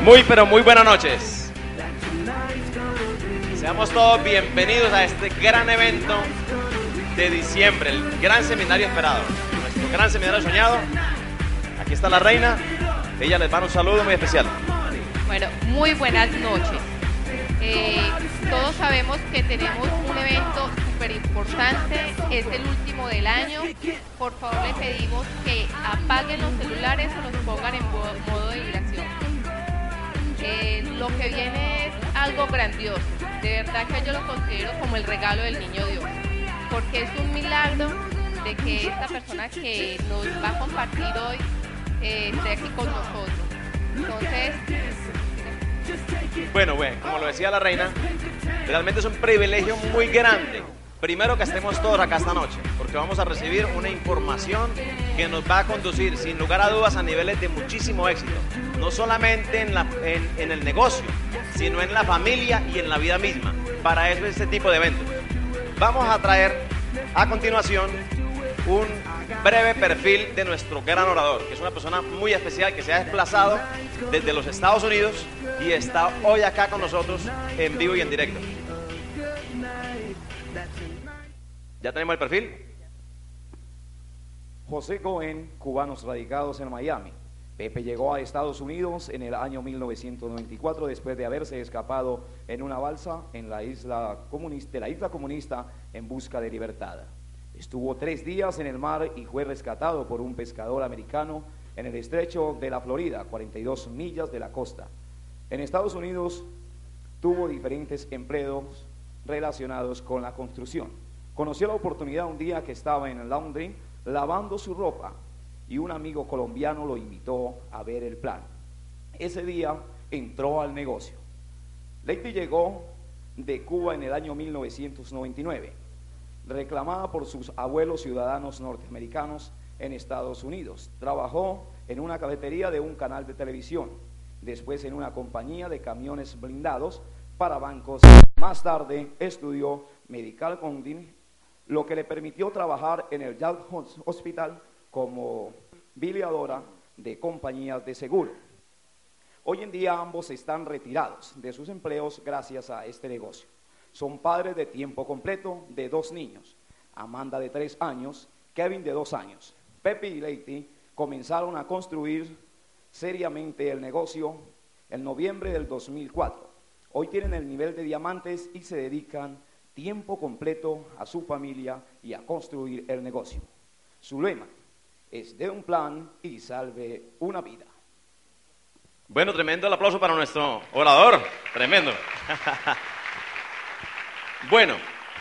Muy pero muy buenas noches. Seamos todos bienvenidos a este gran evento de diciembre, el gran seminario esperado, nuestro gran seminario soñado. Aquí está la reina, ella les va un saludo muy especial. Bueno, muy buenas noches. Todos sabemos que tenemos un evento súper importante, es el último del año. Por favor le pedimos que apaguen los celulares o los pongan en modo de vibración. Lo que viene es algo grandioso, de verdad que yo lo considero como el regalo del niño Dios, porque es un milagro de que esta persona que nos va a compartir hoy esté aquí con nosotros. Entonces, bueno, como lo decía la reina, realmente es un privilegio muy grande. Primero que estemos todos acá esta noche, porque vamos a recibir una información que nos va a conducir sin lugar a dudas a niveles de muchísimo éxito, no solamente en el negocio, sino en la familia y en la vida misma. Para eso es este tipo de eventos. Vamos a traer a continuación un breve perfil de nuestro gran orador, que es una persona muy especial que se ha desplazado desde los Estados Unidos y está hoy acá con nosotros en vivo y en directo. ¿Ya tenemos el perfil? José Cohen, cubanos radicados en Miami. Pepe llegó a Estados Unidos en el año 1994 después de haberse escapado en una balsa en la isla comunista en busca de libertad. Estuvo 3 días en el mar y fue rescatado por un pescador americano en el estrecho de la Florida, 42 millas de la costa. En Estados Unidos tuvo diferentes empleos relacionados con la construcción. Conoció la oportunidad un día que estaba en el laundry lavando su ropa y un amigo colombiano lo invitó a ver el plan. Ese día entró al negocio. Lady llegó de Cuba en el año 1999, reclamada por sus abuelos ciudadanos norteamericanos en Estados Unidos. Trabajó en una cafetería de un canal de televisión, después en una compañía de camiones blindados para bancos. Más tarde estudió medical coding, lo que le permitió trabajar en el Yale Hospital como biladora de compañías de seguro. Hoy en día ambos están retirados de sus empleos gracias a este negocio. Son padres de tiempo completo de 2 niños, Amanda de 3 años, Kevin de 2 años. Pepe y Lady comenzaron a construir seriamente el negocio en noviembre del 2004. Hoy tienen el nivel de diamantes y se dedican tiempo completo a su familia y a construir el negocio. Su lema es de un plan y salve una vida. Bueno, tremendo el aplauso para nuestro orador, tremendo. Bueno,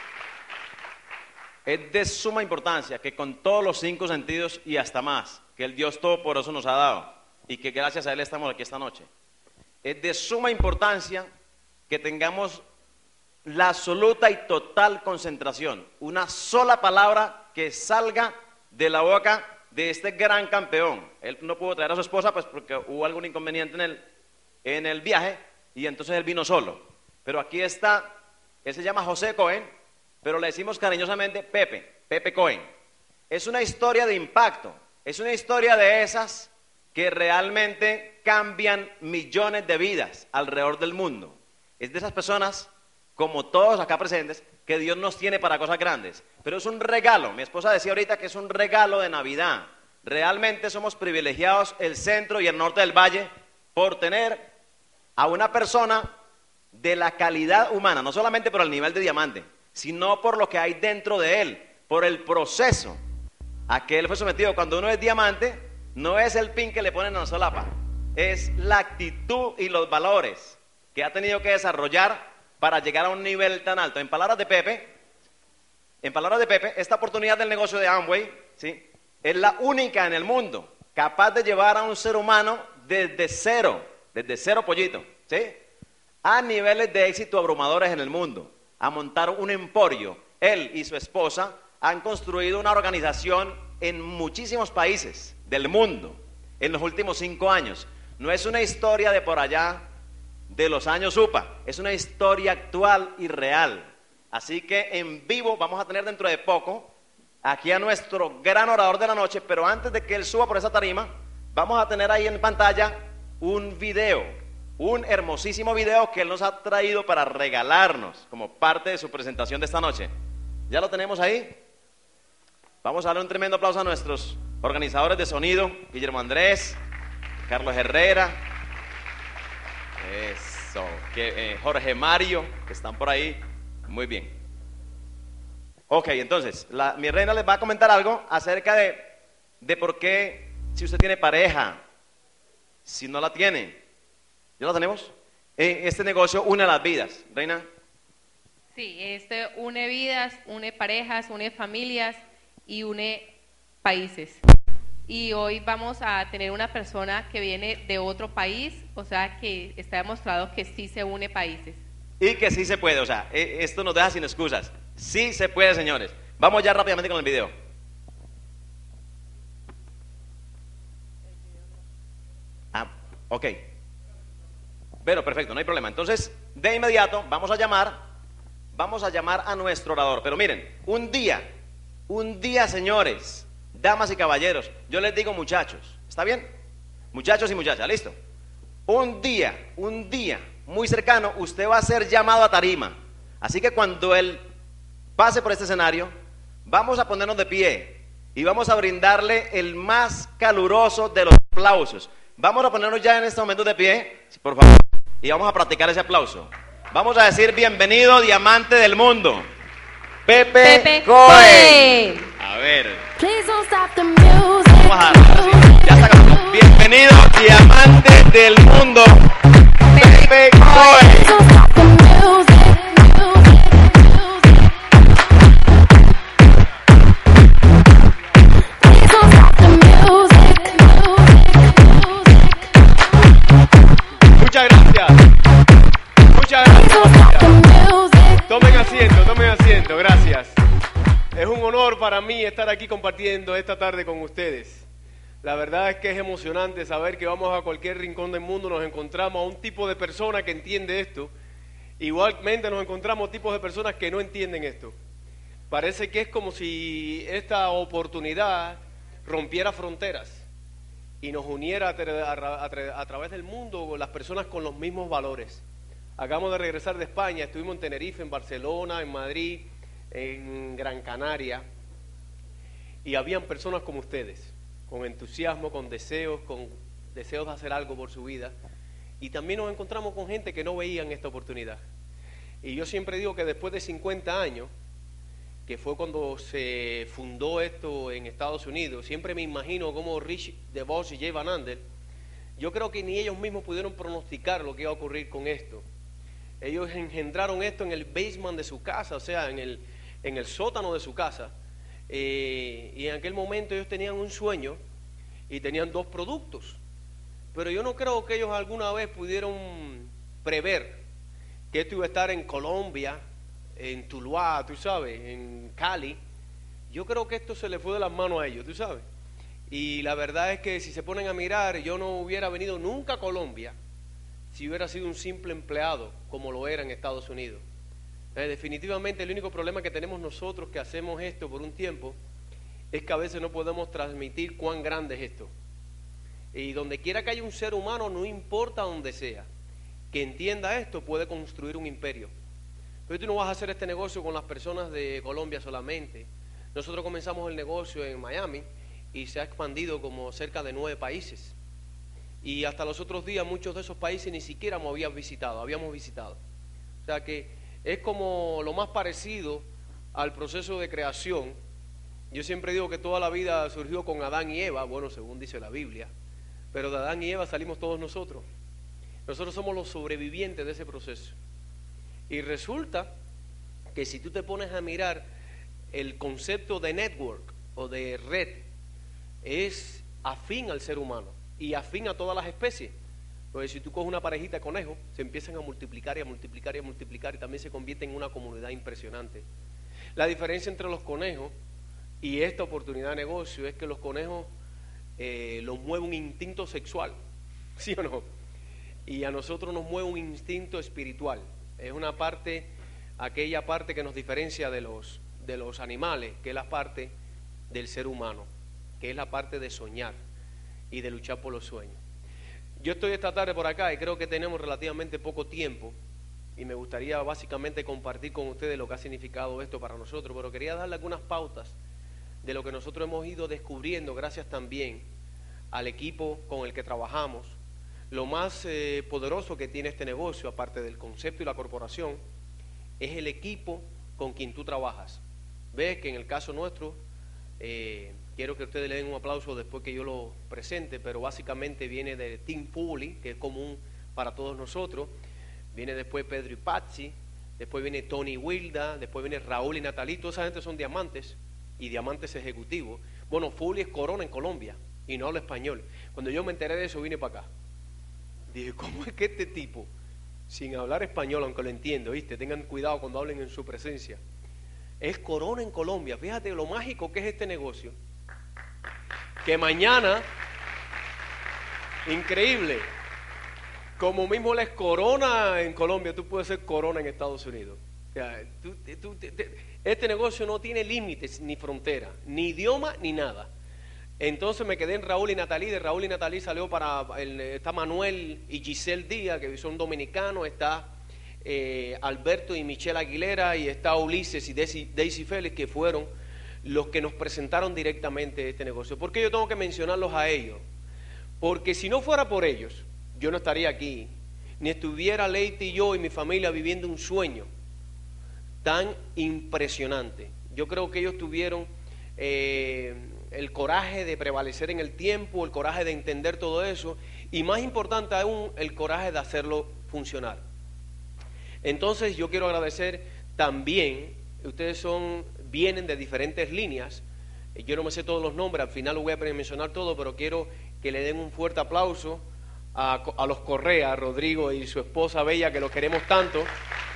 es de suma importancia que con todos los 5 sentidos y hasta más, que el Dios Todopoderoso nos ha dado y que gracias a Él estamos aquí esta noche, es de suma importancia que tengamos la absoluta y total concentración, una sola palabra que salga de la boca de este gran campeón. Él no pudo traer a su esposa pues porque hubo algún inconveniente en el viaje y entonces él vino solo. Pero aquí está, él se llama José Cohen, pero le decimos cariñosamente Pepe Cohen. Es una historia de impacto, es una historia de esas que realmente cambian millones de vidas alrededor del mundo. Es de esas personas, como todos acá presentes, que Dios nos tiene para cosas grandes. Pero es un regalo, mi esposa decía ahorita que es un regalo de Navidad. Realmente somos privilegiados el centro y el norte del valle por tener a una persona de la calidad humana, no solamente por el nivel de diamante, sino por lo que hay dentro de él, por el proceso a que él fue sometido. Cuando uno es diamante, no es el pin que le ponen en la solapa, es la actitud y los valores que ha tenido que desarrollar para llegar a un nivel tan alto. En palabras de Pepe, esta oportunidad del negocio de Amway, ¿sí?, es la única en el mundo capaz de llevar a un ser humano desde cero pollito, ¿sí?, a niveles de éxito abrumadores en el mundo, a montar un emporio. Él y su esposa han construido una organización en muchísimos países del mundo en los últimos 5 años. No es una historia de por allá de los años UPA, es una historia actual y real. Así que en vivo vamos a tener dentro de poco aquí a nuestro gran orador de la noche, pero antes de que él suba por esa tarima, vamos a tener ahí en pantalla un video un hermosísimo video que él nos ha traído para regalarnos como parte de su presentación de esta noche. ¿Ya lo tenemos ahí? Vamos a darle un tremendo aplauso a nuestros organizadores de sonido, Guillermo Andrés, Carlos Herrera, eso, Jorge Mario, que están por ahí. Muy bien. Ok, entonces, mi reina les va a comentar algo acerca de por qué, si usted tiene pareja, si no la tiene, ¿ya lo tenemos? Este negocio une las vidas, reina. Sí, este une vidas, une parejas, une familias y une países. Y hoy vamos a tener una persona que viene de otro país, o sea que está demostrado que sí se une países. Y que sí se puede, o sea, esto nos deja sin excusas. Sí se puede, señores. Vamos ya rápidamente con el video. Ah, ok. Pero perfecto, no hay problema. Entonces, de inmediato vamos a llamar a nuestro orador. Pero miren, un día, señores, damas y caballeros, yo les digo muchachos, ¿está bien? Muchachos y muchachas, ¿listo? Un día muy cercano, usted va a ser llamado a tarima. Así que cuando él pase por este escenario, vamos a ponernos de pie y vamos a brindarle el más caluroso de los aplausos. Vamos a ponernos ya en este momento de pie, por favor, y vamos a practicar ese aplauso. Vamos a decir bienvenido, diamante del mundo, Pepe Cohen. A ver. Vamos a dar, ya está. Bienvenido, diamante del mundo, Pepe Cohen. Muchas gracias. Tomen asiento, gracias. Es un honor para mí estar aquí compartiendo esta tarde con ustedes. La verdad es que es emocionante saber que vamos a cualquier rincón del mundo, nos encontramos a un tipo de persona que entiende esto. Igualmente nos encontramos tipos de personas que no entienden esto. Parece que es como si esta oportunidad rompiera fronteras y nos uniera a través del mundo las personas con los mismos valores. Acabamos de regresar de España, estuvimos en Tenerife, en Barcelona, en Madrid, en Gran Canaria, y habían personas como ustedes, con entusiasmo, con deseos de hacer algo por su vida, y también nos encontramos con gente que no veían esta oportunidad. Y yo siempre digo que después de 50 años, que fue cuando se fundó esto en Estados Unidos, siempre me imagino cómo Rich DeVos y Jay Van Andel, yo creo que ni ellos mismos pudieron pronosticar lo que iba a ocurrir con esto. Ellos engendraron esto en el basement de su casa, o sea, en el sótano de su casa, y en aquel momento ellos tenían un sueño y tenían 2 productos, pero yo no creo que ellos alguna vez pudieron prever que esto iba a estar en Colombia, en Tuluá, tú sabes, en Cali. Yo creo que esto se le fue de las manos a ellos, tú sabes, y la verdad es que si se ponen a mirar, yo no hubiera venido nunca a Colombia si hubiera sido un simple empleado como lo era en Estados Unidos. Definitivamente el único problema que tenemos nosotros que hacemos esto por un tiempo es que a veces no podemos transmitir cuán grande es esto. Y donde quiera que haya un ser humano, no importa donde sea, que entienda esto, puede construir un imperio. Pero tú no vas a hacer este negocio con las personas de Colombia solamente. Nosotros comenzamos el negocio en Miami y se ha expandido como cerca de 9 países. Y hasta los otros días muchos de esos países ni siquiera habíamos visitado. O sea que es como lo más parecido al proceso de creación. Yo siempre digo que toda la vida surgió con Adán y Eva, bueno, según dice la Biblia, pero de Adán y Eva salimos todos nosotros. Nosotros somos los sobrevivientes de ese proceso. Y resulta que si tú te pones a mirar el concepto de network o de red, es afín al ser humano y afín a todas las especies. Porque si tú coges una parejita de conejos, se empiezan a multiplicar y a multiplicar y a multiplicar y también se convierten en una comunidad impresionante. La diferencia entre los conejos y esta oportunidad de negocio es que los conejos los mueve un instinto sexual, ¿sí o no? Y a nosotros nos mueve un instinto espiritual. Es una parte, aquella parte que nos diferencia de los animales, que es la parte del ser humano, que es la parte de soñar y de luchar por los sueños. yo estoy esta tarde por acá y creo que tenemos relativamente poco tiempo y me gustaría básicamente compartir con ustedes lo que ha significado esto para nosotros, pero quería darle algunas pautas de lo que nosotros hemos ido descubriendo gracias también al equipo con el que trabajamos. Lo más poderoso que tiene este negocio, aparte del concepto y la corporación, es el equipo con quien tú trabajas. Ves que en el caso nuestro, quiero que ustedes le den un aplauso después que yo lo presente, pero básicamente viene de Team Puli, que es común para todos nosotros. Viene después Pedro y Patsy, después viene Tony y Wilda, después viene Raúl y Natalí. Toda esa gente son diamantes y diamantes ejecutivos. Bueno, Puli es corona en Colombia y no habla español. Cuando yo me enteré de eso vine para acá. Dije, ¿cómo es que este tipo, sin hablar español, aunque lo entiendo, ¿viste? Tengan cuidado cuando hablen en su presencia, es corona en Colombia? Fíjate lo mágico que es este negocio. Que mañana, increíble, como mismo la es corona en Colombia, tú puedes ser corona en Estados Unidos. O sea, este negocio no tiene límites ni frontera, ni idioma ni nada. Entonces me quedé en Raúl y Natalí. De Raúl y Natalí salió está Manuel y Giselle Díaz, que son dominicanos, está Alberto y Michelle Aguilera, y está Ulises y Daisy Félix, que fueron los que nos presentaron directamente este negocio. ¿Por qué yo tengo que mencionarlos a ellos? Porque si no fuera por ellos, yo no estaría aquí, ni estuviera Leite y yo y mi familia viviendo un sueño tan impresionante. Yo creo que ellos tuvieron el coraje de prevalecer en el tiempo, el coraje de entender todo eso, y más importante aún, el coraje de hacerlo funcionar. Entonces yo quiero agradecer también, ustedes vienen de diferentes líneas, yo no me sé todos los nombres, al final lo voy a mencionar todo, pero quiero que le den un fuerte aplauso a los Correa, a Rodrigo y su esposa Bella, que los queremos tanto.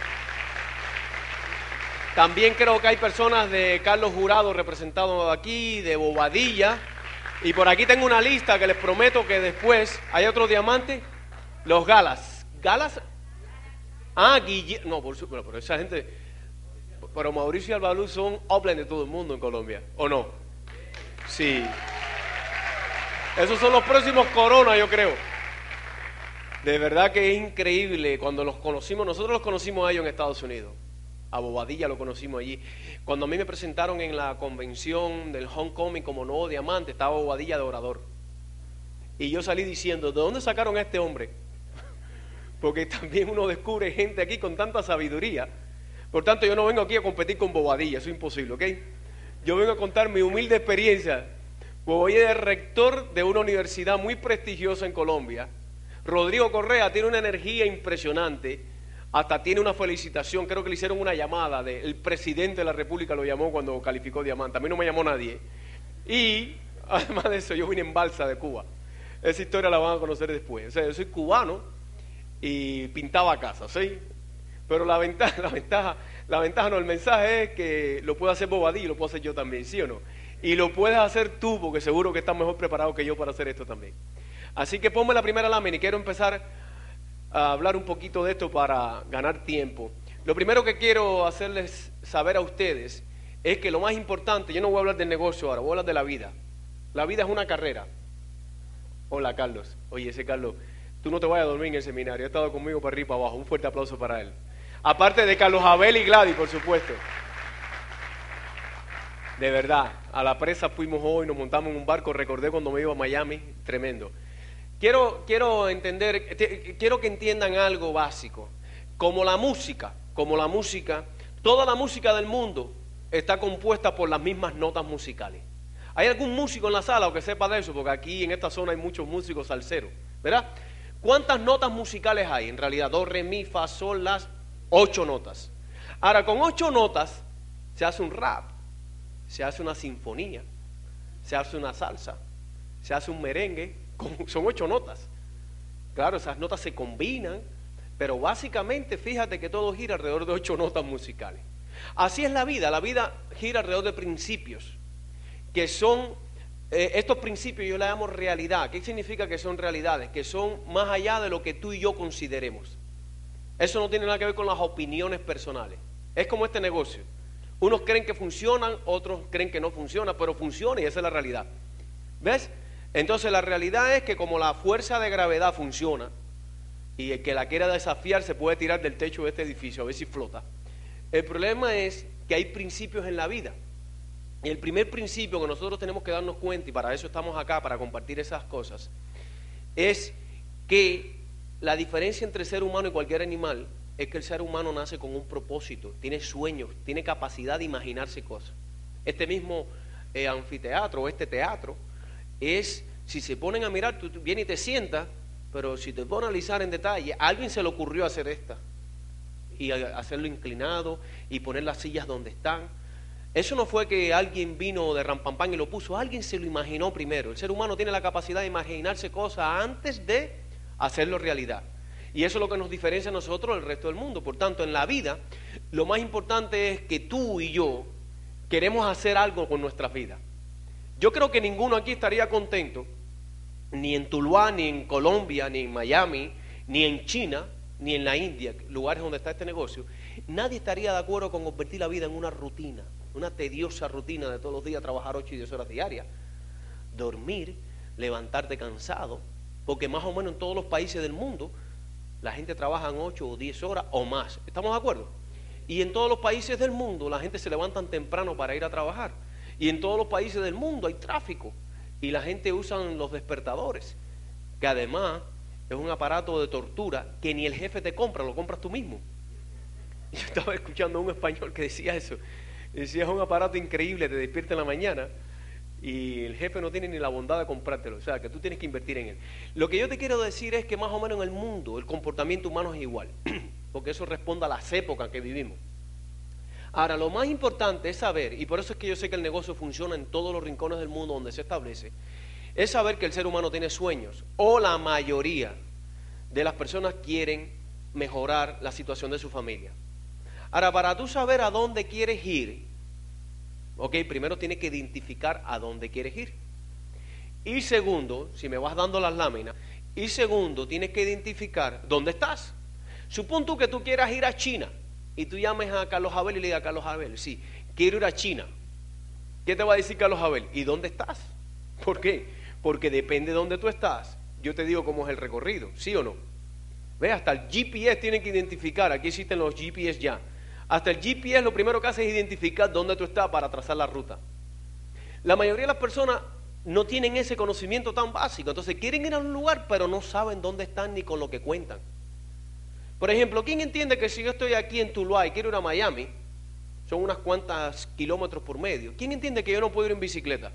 También creo que hay personas de Carlos Jurado representados aquí, de Bobadilla, y por aquí tengo una lista que les prometo que después hay otro diamante, los Galas. ¿Galas? Ah, Guillermo. No, por supuesto, pero esa gente, pero Mauricio y Albaluz son upline de todo el mundo en Colombia, ¿o no? Sí. Esos son los próximos Corona, yo creo. De verdad que es increíble cuando los conocimos. Nosotros los conocimos a ellos en Estados Unidos. A Bobadilla lo conocimos allí. Cuando a mí me presentaron en la convención del Homecoming como nuevo diamante, estaba Bobadilla de orador. Y yo salí diciendo, ¿de dónde sacaron a este hombre? Porque también uno descubre gente aquí con tanta sabiduría. Por tanto, yo no vengo aquí a competir con Bobadilla, eso es imposible, ¿ok? Yo vengo a contar mi humilde experiencia. Bobadilla es rector de una universidad muy prestigiosa en Colombia. Rodrigo Correa tiene una energía impresionante. Hasta tiene una felicitación, creo que le hicieron una llamada, el presidente de la República lo llamó cuando calificó diamante, a mí no me llamó nadie. Y además de eso, yo vine en balsa de Cuba. Esa historia la van a conocer después. O sea, yo soy cubano y pintaba casas, ¿sí? Pero la ventaja no, el mensaje es que lo puede hacer Bobadilla y lo puedo hacer yo también, ¿sí o no? Y lo puedes hacer tú, porque seguro que estás mejor preparado que yo para hacer esto también. Así que ponme la primera lámina y quiero empezar a hablar un poquito de esto para ganar tiempo. Lo primero que quiero hacerles saber a ustedes es que lo más importante, yo no voy a hablar del negocio ahora, voy a hablar de la vida. La vida es una carrera. Hola, Carlos. Oye, ese Carlos, tú no te vayas a dormir en el seminario, ha estado conmigo para arriba y para abajo. Un fuerte aplauso para él. Aparte de Carlos Abel y Gladys, por supuesto. De verdad, a la presa fuimos hoy, nos montamos en un barco, recordé cuando me iba a Miami, tremendo. Quiero que entiendan algo básico. Como la música, toda la música del mundo está compuesta por las mismas notas musicales. ¿Hay algún músico en la sala o que sepa de eso? Porque aquí en esta zona hay muchos músicos salseros, ¿verdad? ¿Cuántas notas musicales hay? En realidad, do, re, mi, fa, sol, las 8 notas. Ahora, con 8 notas se hace un rap, se hace una sinfonía, se hace una salsa, se hace un merengue. Son 8 notas. Claro, esas notas se combinan, pero básicamente fíjate que todo gira alrededor de 8 notas musicales. Así es la vida gira alrededor de principios, que son, estos principios yo les llamo realidad. ¿Qué significa que son realidades? Que son más allá de lo que tú y yo consideremos. Eso no tiene nada que ver con las opiniones personales. Es como este negocio. Unos creen que funcionan, otros creen que no funciona, pero funciona y esa es la realidad. ¿Ves? Entonces la realidad es que como la fuerza de gravedad funciona, y el que la quiera desafiar se puede tirar del techo de este edificio a ver si flota, el problema es que hay principios en la vida. Y el primer principio que nosotros tenemos que darnos cuenta, y para eso estamos acá, para compartir esas cosas, es que la diferencia entre el ser humano y cualquier animal es que el ser humano nace con un propósito, tiene sueños, tiene capacidad de imaginarse cosas. Este mismo anfiteatro o este teatro es, si se ponen a mirar, tú vienes y te sientas, pero si te pones a analizar en detalle, a alguien se le ocurrió hacer esta, y hacerlo inclinado, y poner las sillas donde están. Eso no fue que alguien vino de rampampán y lo puso, alguien se lo imaginó primero. El ser humano tiene la capacidad de imaginarse cosas antes de hacerlo realidad. Y eso es lo que nos diferencia a nosotros del resto del mundo. Por tanto, en la vida, lo más importante es que tú y yo queremos hacer algo con nuestras vidas. Yo creo que ninguno aquí estaría contento, ni en Tuluá, ni en Colombia, ni en Miami, ni en China, ni en la India, lugares donde está este negocio. Nadie estaría de acuerdo con convertir la vida en una rutina, una tediosa rutina de todos los días, trabajar 8 y 10 horas diarias, dormir, levantarte cansado, porque más o menos en todos los países del mundo la gente trabaja 8 o 10 horas o más. ¿Estamos de acuerdo? Y en todos los países del mundo la gente se levanta temprano para ir a trabajar. Y en todos los países del mundo hay tráfico. Y la gente usa los despertadores, que además es un aparato de tortura que ni el jefe te compra, lo compras tú mismo. Yo estaba escuchando a un español que decía eso. Decía, es un aparato increíble, te despierta en la mañana y el jefe no tiene ni la bondad de comprártelo, o sea, que tú tienes que invertir en él. Lo que yo te quiero decir es que más o menos en el mundo el comportamiento humano es igual, porque eso responde a las épocas que vivimos. Ahora, lo más importante es saber, y por eso es que yo sé que el negocio funciona en todos los rincones del mundo donde se establece, es saber que el ser humano tiene sueños, o la mayoría de las personas quieren mejorar la situación de su familia. Ahora, para tú saber a dónde quieres ir, primero tienes que identificar a dónde quieres ir. Y segundo, si me vas dando las láminas, y segundo, tienes que identificar dónde estás. Supón tú que tú quieras ir a China, y tú llames a Carlos Abel y le digas a Carlos Abel, sí, quiero ir a China. ¿Qué te va a decir Carlos Abel? ¿Y dónde estás? ¿Por qué? Porque depende de dónde tú estás, yo te digo cómo es el recorrido, ¿sí o no? Ve, hasta el GPS tiene que identificar, aquí existen los GPS ya. Hasta el GPS lo primero que hace es identificar dónde tú estás para trazar la ruta. La mayoría de las personas no tienen ese conocimiento tan básico, entonces quieren ir a un lugar pero no saben dónde están ni con lo que cuentan. Por ejemplo, ¿quién entiende que si yo estoy aquí en Tuluá y quiero ir a Miami, son unas cuantas kilómetros por medio? ¿Quién entiende que yo no puedo ir en bicicleta?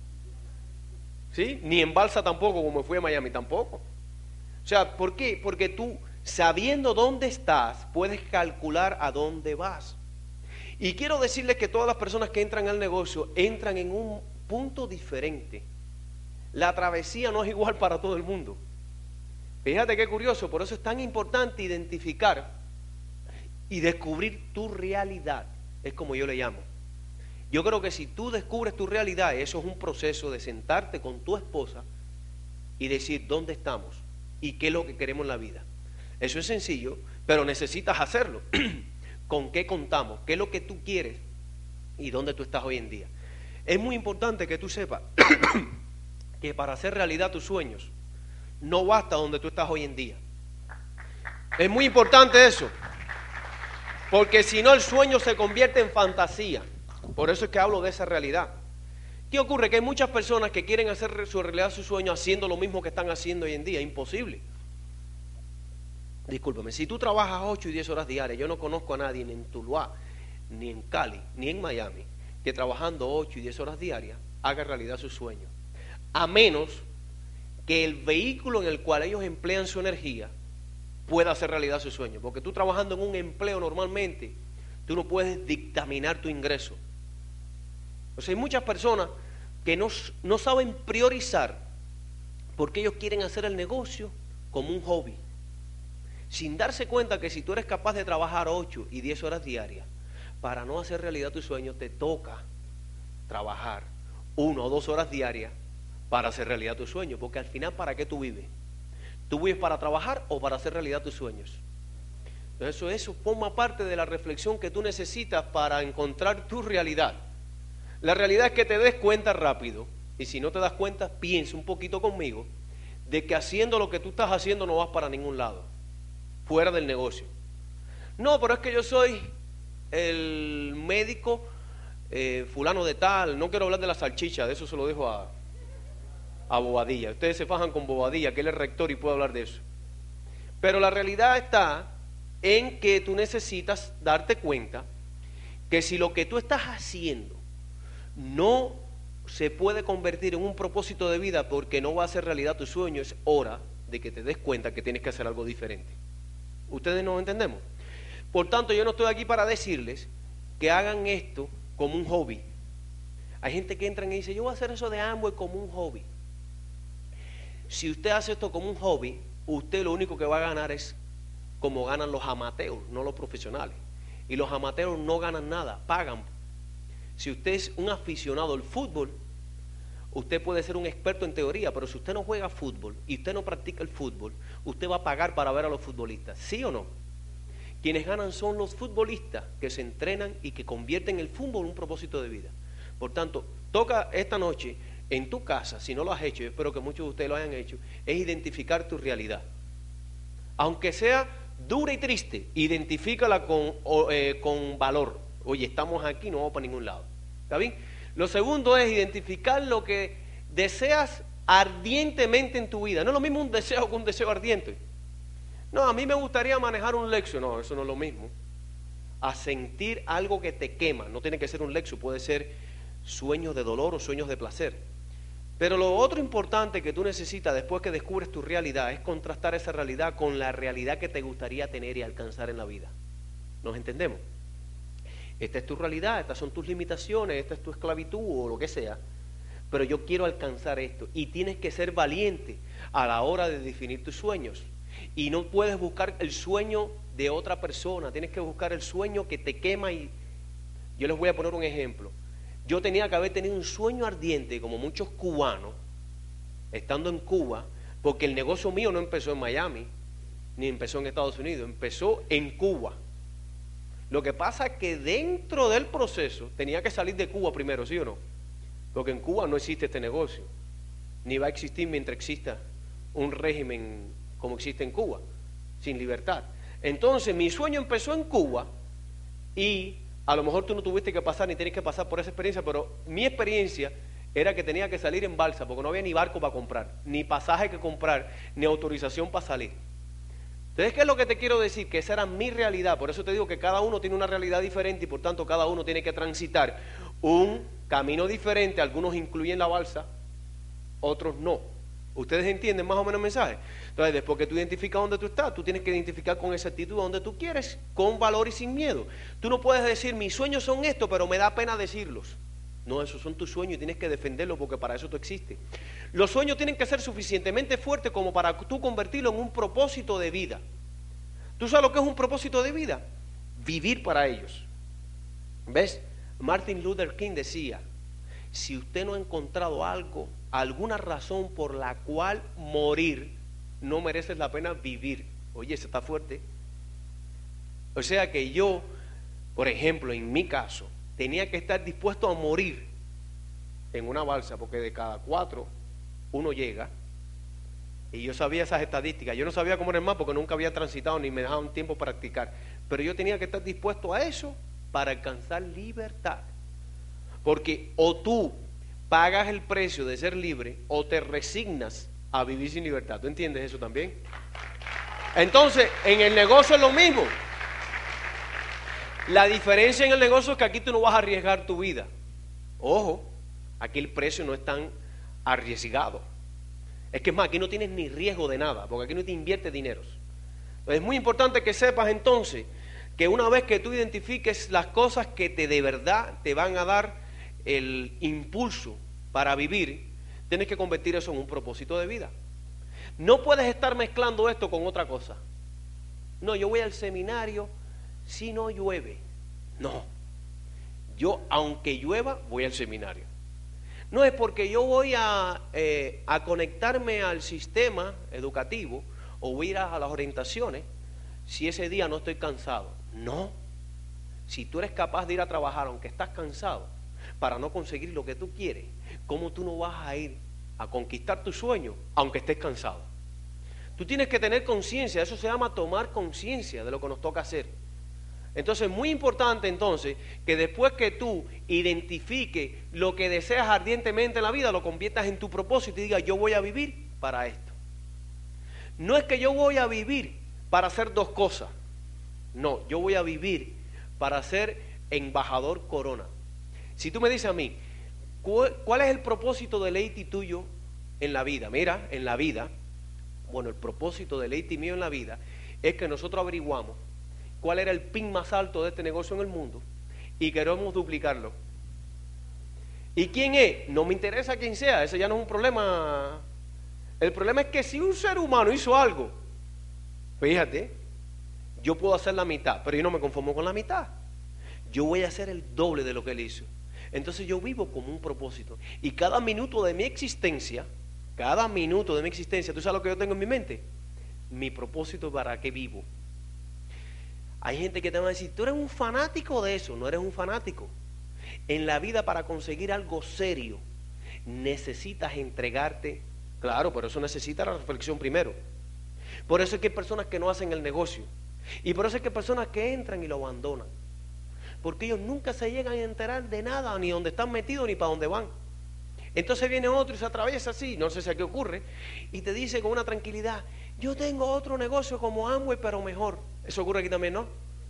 ¿Sí? Ni en balsa tampoco, como fui a Miami tampoco. O sea, ¿por qué? Porque tú, sabiendo dónde estás, puedes calcular a dónde vas. Y quiero decirles que todas las personas que entran al negocio entran en un punto diferente. La travesía no es igual para todo el mundo. Fíjate qué curioso, por eso es tan importante identificar y descubrir tu realidad, es como yo le llamo. Yo creo que si tú descubres tu realidad, eso es un proceso de sentarte con tu esposa y decir dónde estamos y qué es lo que queremos en la vida. Eso es sencillo, pero necesitas hacerlo. ¿Con qué contamos? ¿Qué es lo que tú quieres? ¿Y dónde tú estás hoy en día? Es muy importante que tú sepas que para hacer realidad tus sueños, no basta donde tú estás hoy en día. Es muy importante eso, porque si no el sueño se convierte en fantasía. Por eso es que hablo de esa realidad. ¿Qué ocurre? Que hay muchas personas que quieren hacer su realidad su sueño haciendo lo mismo que están haciendo hoy en día. Imposible. Discúlpame, si tú trabajas 8 y 10 horas diarias, yo no conozco a nadie ni en Tuluá, ni en Cali, ni en Miami, que trabajando 8 y 10 horas diarias haga realidad su sueño. A menos que el vehículo en el cual ellos emplean su energía pueda hacer realidad su sueño. Porque tú trabajando en un empleo normalmente, tú no puedes dictaminar tu ingreso. O sea, hay muchas personas que no saben priorizar porque ellos quieren hacer el negocio como un hobby, sin darse cuenta que si tú eres capaz de trabajar 8 y 10 horas diarias para no hacer realidad tu sueño, te toca trabajar 1 o 2 horas diarias para hacer realidad tu sueño, porque al final, ¿para qué tú vives? ¿Tú vives para trabajar o para hacer realidad tus sueños? Entonces eso forma parte de la reflexión que tú necesitas para encontrar tu realidad. La realidad es que te des cuenta rápido y si no te das cuenta, piensa un poquito conmigo, de que haciendo lo que tú estás haciendo no vas para ningún lado, fuera del negocio. No, pero es que yo soy el médico fulano de tal, no quiero hablar de la salchicha, de eso se lo dejo a Bobadilla. Ustedes se fajan con Bobadilla, que él es rector y puede hablar de eso. Pero la realidad está en que tú necesitas darte cuenta que si lo que tú estás haciendo no se puede convertir en un propósito de vida porque no va a ser realidad tu sueño, es hora de que te des cuenta que tienes que hacer algo diferente. ¿Ustedes nos entendemos? Por tanto, yo no estoy aquí para decirles que hagan esto como un hobby. Hay gente que entra y dice, yo voy a hacer eso de Amway como un hobby. Si usted hace esto como un hobby, usted lo único que va a ganar es como ganan los amateurs, no los profesionales. Y los amateurs no ganan nada, pagan. Si usted es un aficionado al fútbol, usted puede ser un experto en teoría, pero si usted no juega fútbol y usted no practica el fútbol, usted va a pagar para ver a los futbolistas, ¿sí o no? Quienes ganan son los futbolistas que se entrenan y que convierten el fútbol en un propósito de vida. Por tanto, toca esta noche en tu casa, si no lo has hecho, yo espero que muchos de ustedes lo hayan hecho, es identificar tu realidad. Aunque sea dura y triste, identifícala con valor. Oye, estamos aquí, no vamos para ningún lado. ¿Está bien? Lo segundo es identificar lo que deseas ardientemente en tu vida. No es lo mismo un deseo que un deseo ardiente. No, a mí me gustaría manejar un Lexus. No, eso no es lo mismo. A sentir algo que te quema. No tiene que ser un Lexus, puede ser sueños de dolor o sueños de placer. Pero lo otro importante que tú necesitas después que descubres tu realidad es contrastar esa realidad con la realidad que te gustaría tener y alcanzar en la vida. ¿Nos entendemos? Esta es tu realidad, estas son tus limitaciones, esta es tu esclavitud o lo que sea. Pero yo quiero alcanzar esto y tienes que ser valiente a la hora de definir tus sueños. Y no puedes buscar el sueño de otra persona, tienes que buscar el sueño que te quema. Y yo les voy a poner un ejemplo. Yo tenía que haber tenido un sueño ardiente, como muchos cubanos, estando en Cuba, porque el negocio mío no empezó en Miami, ni empezó en Estados Unidos, empezó en Cuba. Lo que pasa es que dentro del proceso tenía que salir de Cuba primero, ¿sí o no? Porque en Cuba no existe este negocio, ni va a existir mientras exista un régimen como existe en Cuba, sin libertad. Entonces mi sueño empezó en Cuba y a lo mejor tú no tuviste que pasar ni tienes que pasar por esa experiencia, pero mi experiencia era que tenía que salir en balsa porque no había ni barco para comprar, ni pasaje que comprar, ni autorización para salir. Entonces, ¿qué es lo que te quiero decir? Que esa era mi realidad. Por eso te digo que cada uno tiene una realidad diferente y por tanto cada uno tiene que transitar un camino diferente. Algunos incluyen la balsa, otros no. ¿Ustedes entienden más o menos el mensaje? Entonces, después que tú identificas dónde tú estás, tú tienes que identificar con exactitud dónde tú quieres, con valor y sin miedo. Tú no puedes decir, mis sueños son estos, pero me da pena decirlos. No, esos son tus sueños y tienes que defenderlos porque para eso tú existes. Los sueños tienen que ser suficientemente fuertes como para tú convertirlo en un propósito de vida. ¿Tú sabes lo que es un propósito de vida? Vivir para ellos. ¿Ves? Martin Luther King decía, si usted no ha encontrado algo, alguna razón por la cual morir, no merece la pena vivir. Oye, eso está fuerte. O sea que yo, por ejemplo, en mi caso, tenía que estar dispuesto a morir en una balsa, porque de cada 4, uno llega. Y yo sabía esas estadísticas. Yo no sabía cómo era el mar porque nunca había transitado ni me dejaban tiempo para practicar. Pero yo tenía que estar dispuesto a eso para alcanzar libertad. Porque o tú pagas el precio de ser libre o te resignas a vivir sin libertad. ¿Tú entiendes eso también? Entonces, en el negocio es lo mismo. La diferencia en el negocio es que aquí tú no vas a arriesgar tu vida. Ojo, aquí el precio no es tan arriesgado. Es que es más, aquí no tienes ni riesgo de nada, porque aquí no te inviertes dineros. Entonces, es muy importante que sepas entonces que una vez que tú identifiques las cosas que de verdad te van a dar el impulso para vivir, tienes que convertir eso en un propósito de vida. No puedes estar mezclando esto con otra cosa. No, yo voy al seminario si no llueve. No, yo aunque llueva voy al seminario. No es porque yo voy a conectarme al sistema educativo o voy a ir a las orientaciones si ese día no estoy cansado. No, si tú eres capaz de ir a trabajar aunque estás cansado, para no conseguir lo que tú quieres, ¿cómo tú no vas a ir a conquistar tu sueño aunque estés cansado? Tú tienes que tener conciencia, eso se llama tomar conciencia de lo que nos toca hacer. Entonces es muy importante entonces que después que tú identifiques lo que deseas ardientemente en la vida, lo conviertas en tu propósito y digas, yo voy a vivir para esto. No es que yo voy a vivir para hacer dos cosas. No, yo voy a vivir para ser embajador Corona. Si tú me dices a mí, ¿cuál es el propósito de Leite tuyo en la vida? Mira, en la vida, bueno, el propósito de Leite mío en la vida es que nosotros averiguamos cuál era el pin más alto de este negocio en el mundo y queremos duplicarlo. ¿Y quién es? No me interesa quién sea, ese ya no es un problema. El problema es que si un ser humano hizo algo, fíjate, yo puedo hacer la mitad, pero yo no me conformo con la mitad. Yo voy a hacer el doble de lo que él hizo. Entonces yo vivo como un propósito. Y cada minuto de mi existencia, ¿tú sabes lo que yo tengo en mi mente? Mi propósito para qué vivo. Hay gente que te va a decir, tú eres un fanático de eso. No eres un fanático. En la vida, para conseguir algo serio, necesitas entregarte. Claro, pero eso necesita la reflexión primero. Por eso es que hay personas que no hacen el negocio. Y por eso es que hay personas que entran y lo abandonan. Porque ellos nunca se llegan a enterar de nada, ni dónde están metidos, ni para dónde van. Entonces viene otro y se atraviesa así, no sé si a qué ocurre, y te dice con una tranquilidad, yo tengo otro negocio como Amway, pero mejor. Eso ocurre aquí también, ¿no?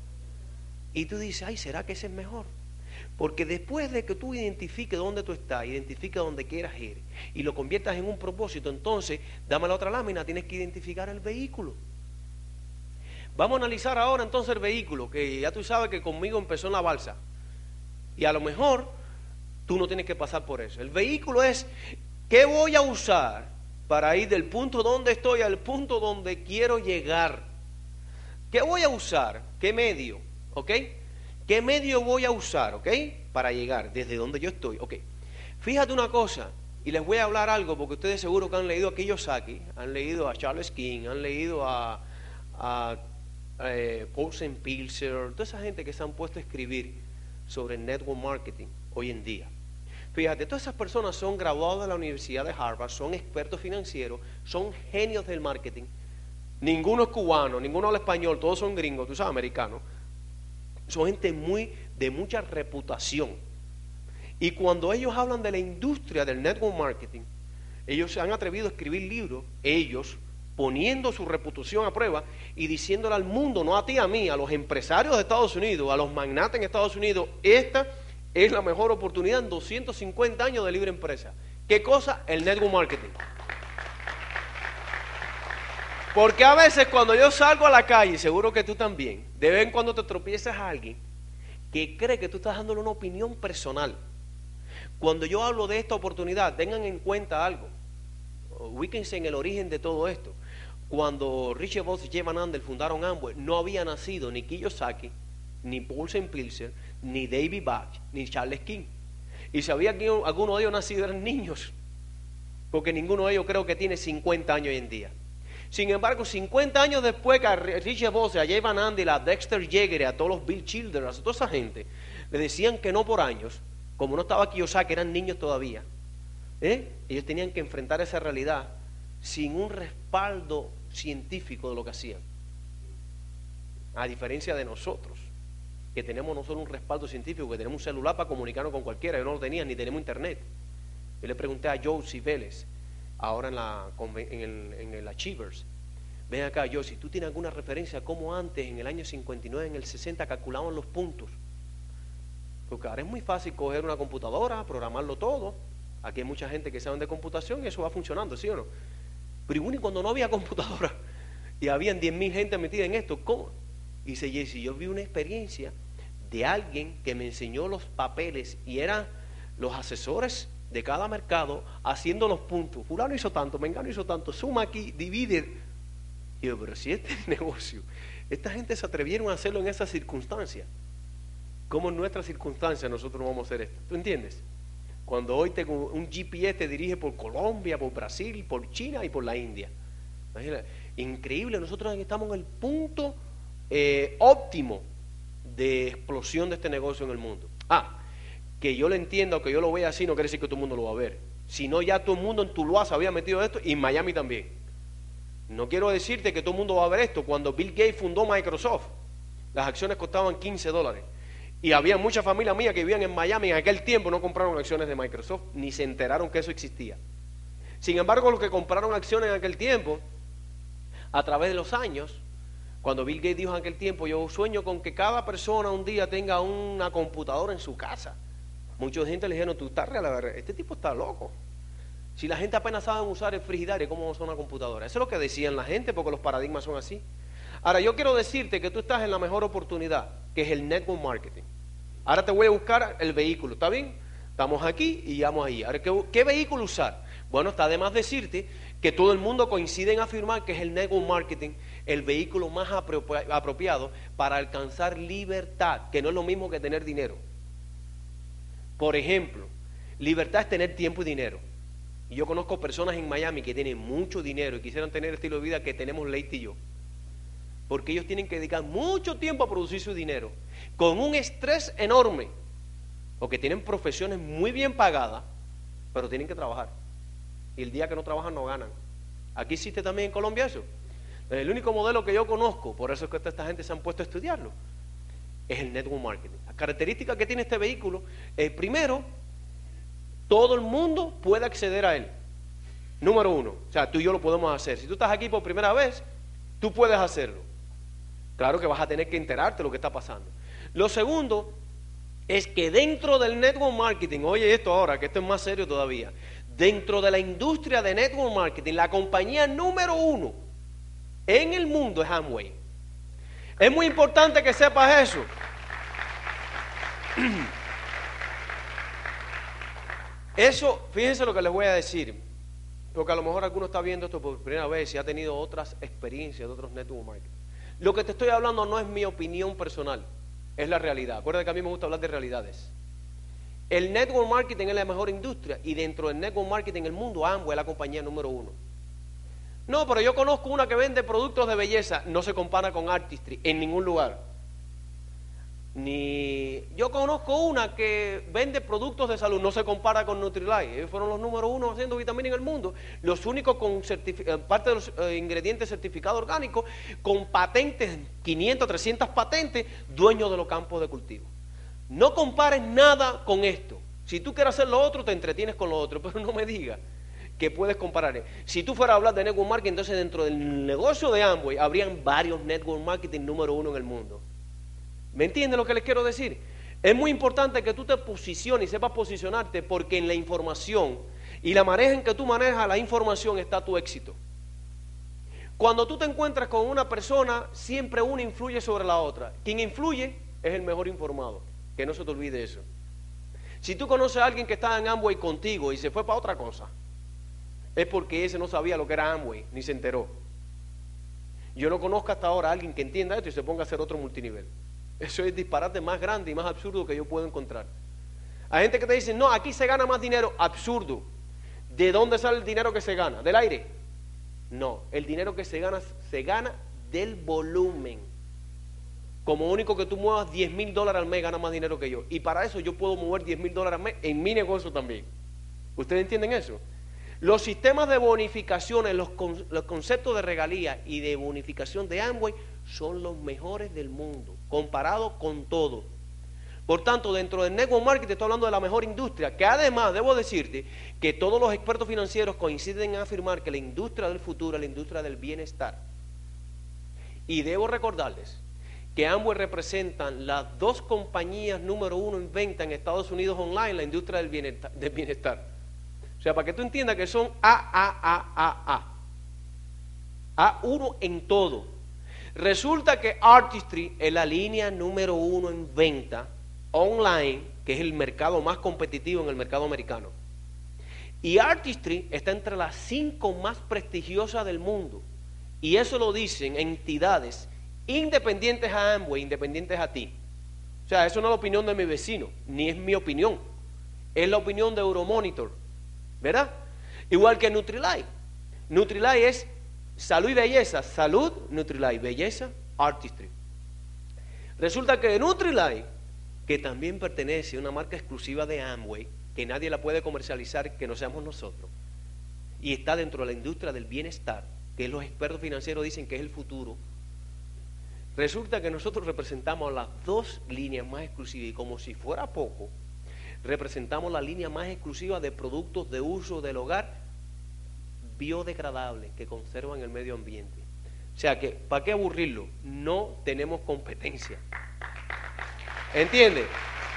Y tú dices, ay, ¿será que ese es mejor? Porque después de que tú identifiques dónde tú estás, identifiques dónde quieras ir, y lo conviertas en un propósito, entonces, dame la otra lámina, tienes que identificar el vehículo. Vamos a analizar ahora entonces el vehículo, que ya tú sabes que conmigo empezó en la balsa. Y a lo mejor tú no tienes que pasar por eso. El vehículo es, ¿qué voy a usar para ir del punto donde estoy al punto donde quiero llegar? ¿Qué voy a usar? ¿Qué medio? ¿Ok? ¿Qué medio voy a usar? ¿Ok? Para llegar desde donde yo estoy. ¿Ok? Fíjate una cosa, y les voy a hablar algo, porque ustedes seguro que han leído a Kiyosaki, han leído a Charles King, han leído a Paul Pilser, toda esa gente que se han puesto a escribir sobre network marketing hoy en día. Fíjate, todas esas personas son graduados de la Universidad de Harvard, son expertos financieros, son genios del marketing. Ninguno es cubano, ninguno habla español, todos son gringos, tú sabes, americanos. Son gente de mucha reputación. Y cuando ellos hablan de la industria del network marketing, ellos se han atrevido a escribir libros, ellos poniendo su reputación a prueba y diciéndole al mundo, no a ti, a mí, a los empresarios de Estados Unidos, a los magnates en Estados Unidos, esta es la mejor oportunidad en 250 años de libre empresa. ¿Qué cosa? El network marketing. Porque a veces cuando yo salgo a la calle, seguro que tú también, de vez en cuando te tropiezas a alguien que cree que tú estás dándole una opinión personal. Cuando yo hablo de esta oportunidad, tengan en cuenta algo. Ubíquense en el origen de todo esto. Cuando Richard Voss y Jay Van Andel fundaron Amway, no había nacido ni Kiyosaki, ni Paul Pilser, ni David Bach, ni Charles King. Y si había alguno de ellos nacido, eran niños. Porque ninguno de ellos creo que tiene 50 años hoy en día. Sin embargo, 50 años después que a Richard Voss, a Jay Van Andel, a Dexter Yeager, a todos los Bill Childers, a toda esa gente, le decían que no por años, como no estaba Kiyosaki, eran niños todavía. Ellos tenían que enfrentar esa realidad sin un respaldo científico de lo que hacían. A diferencia de nosotros, que tenemos no solo un respaldo científico, que tenemos un celular para comunicarnos con cualquiera, yo no lo tenía, ni tenemos internet. Yo le pregunté a Josie Vélez, ahora en el Achievers, ven acá, Josie, ¿tú tienes alguna referencia a cómo antes, en el año 59, en el 60, calculaban los puntos? Porque ahora es muy fácil coger una computadora, programarlo todo. Aquí hay mucha gente que sabe de computación y eso va funcionando, ¿sí o no? Pero igual cuando no había computadora y habían 10.000 gente metida en esto, ¿cómo? Y dice Jesse, yo vi una experiencia de alguien que me enseñó los papeles y eran los asesores de cada mercado haciendo los puntos. Fulano hizo tanto, Mengano hizo tanto, suma aquí, divide. Y yo, pero si este negocio, esta gente se atrevieron a hacerlo en esas circunstancias, ¿cómo en nuestras circunstancias nosotros no vamos a hacer esto? ¿Tú entiendes? Cuando hoy un GPS te dirige por Colombia, por Brasil, por China y por la India. Imagínate, increíble, nosotros estamos en el punto óptimo de explosión de este negocio en el mundo. que yo lo entienda o que yo lo vea así no quiere decir que todo el mundo lo va a ver. Si no, ya todo el mundo en Tuluá se había metido esto y en Miami también. No quiero decirte que todo el mundo va a ver esto. Cuando Bill Gates fundó Microsoft, las acciones costaban $15. Y había muchas familias mías que vivían en Miami en aquel tiempo, no compraron acciones de Microsoft, ni se enteraron que eso existía. Sin embargo, los que compraron acciones en aquel tiempo, a través de los años, cuando Bill Gates dijo en aquel tiempo, yo sueño con que cada persona un día tenga una computadora en su casa. Mucha gente le dijeron, tú estás real, este tipo está loco. Si la gente apenas sabe usar el frigidario, ¿cómo va a usar una computadora? Eso es lo que decían la gente, porque los paradigmas son así. Ahora, yo quiero decirte que tú estás en la mejor oportunidad, que es el network marketing. Ahora te voy a buscar el vehículo, ¿está bien? Estamos aquí y vamos ahí. Ahora, ¿qué vehículo usar? Bueno, está de más decirte que todo el mundo coincide en afirmar que es el network marketing el vehículo más apropiado para alcanzar libertad, que no es lo mismo que tener dinero. Por ejemplo, libertad es tener tiempo y dinero. Y yo conozco personas en Miami que tienen mucho dinero y quisieran tener el estilo de vida que tenemos Leite y yo. Porque ellos tienen que dedicar mucho tiempo a producir su dinero, con un estrés enorme, porque tienen profesiones muy bien pagadas, pero tienen que trabajar. Y el día que no trabajan no ganan. Aquí existe también en Colombia eso. El único modelo que yo conozco, por eso es que esta gente se han puesto a estudiarlo, es el network marketing. La característica que tiene este vehículo es, primero, todo el mundo puede acceder a él. Número uno, o sea, tú y yo lo podemos hacer. Si tú estás aquí por primera vez, tú puedes hacerlo. Claro que vas a tener que enterarte de lo que está pasando. Lo segundo es que dentro del network marketing, oye esto ahora, que esto es más serio todavía, dentro de la industria de network marketing, la compañía número uno en el mundo es Amway. Es muy importante que sepas eso. Eso, fíjense lo que les voy a decir, porque a lo mejor alguno está viendo esto por primera vez y ha tenido otras experiencias de otros network marketing. Lo que te estoy hablando no es mi opinión personal, es la realidad. Acuérdate que a mí me gusta hablar de realidades. El network marketing es la mejor industria y dentro del network marketing en el mundo, Amway es la compañía número uno. No, pero yo conozco una que vende productos de belleza, no se compara con Artistry en ningún lugar. Ni yo conozco una que vende productos de salud, no se compara con Nutrilite. Ellos fueron los número uno haciendo vitamina en el mundo, los únicos con parte de los ingredientes certificados orgánicos, con patentes, 500, 300 patentes, dueños de los campos de cultivo. No compares nada con esto. Si tú quieres hacer lo otro, te entretienes con lo otro, pero no me digas que puedes comparar. Si tú fueras a hablar de network marketing, entonces dentro del negocio de Amway habrían varios network marketing número uno en el mundo. ¿Me entiendes lo que les quiero decir? Es muy importante que tú te posiciones y sepas posicionarte, porque en la información y la manera en que tú manejas la información está tu éxito. Cuando tú te encuentras con una persona, siempre una influye sobre la otra. Quien influye es el mejor informado, que no se te olvide eso. Si tú conoces a alguien que estaba en Amway contigo y se fue para otra cosa, es porque ese no sabía lo que era Amway, ni se enteró. Yo no conozco hasta ahora a alguien que entienda esto y se ponga a hacer otro multinivel. Eso es el disparate más grande y más absurdo que yo puedo encontrar. Hay gente que te dice, no, aquí se gana más dinero. Absurdo. ¿De dónde sale el dinero que se gana? ¿Del aire? No, el dinero que se gana del volumen. Como único que tú muevas $10,000 al mes, ganas más dinero que yo. Y para eso yo puedo mover $10,000 al mes en mi negocio también. ¿Ustedes entienden eso? Los sistemas de bonificaciones, los conceptos de regalía y de bonificación de Amway son los mejores del mundo, comparado con todo. Por tanto, dentro del network marketing estoy hablando de la mejor industria, que además debo decirte que todos los expertos financieros coinciden en afirmar que la industria del futuro es la industria del bienestar. Y debo recordarles que Amway representan las dos compañías número uno en venta en Estados Unidos online, la industria del bienestar. O sea, para que tú entiendas que son A1 en todo. Resulta que Artistry es la línea número uno en venta online, que es el mercado más competitivo en el mercado americano. Y Artistry está entre las 5 más prestigiosas del mundo. Y eso lo dicen entidades independientes a Amway, independientes a ti. O sea, eso no es la opinión de mi vecino, ni es mi opinión. Es la opinión de Euromonitor, ¿verdad? Igual que Nutrilite. Nutrilite es salud y belleza. Salud, Nutrilite. Belleza, Artistry. Resulta que Nutrilite, que también pertenece a una marca exclusiva de Amway, que nadie la puede comercializar que no seamos nosotros, y está dentro de la industria del bienestar, que los expertos financieros dicen que es el futuro. Resulta que nosotros representamos las dos líneas más exclusivas, y como si fuera poco, representamos la línea más exclusiva de productos de uso del hogar biodegradables que conservan el medio ambiente. O sea que, ¿para qué aburrirlo? No tenemos competencia. ¿Entiendes?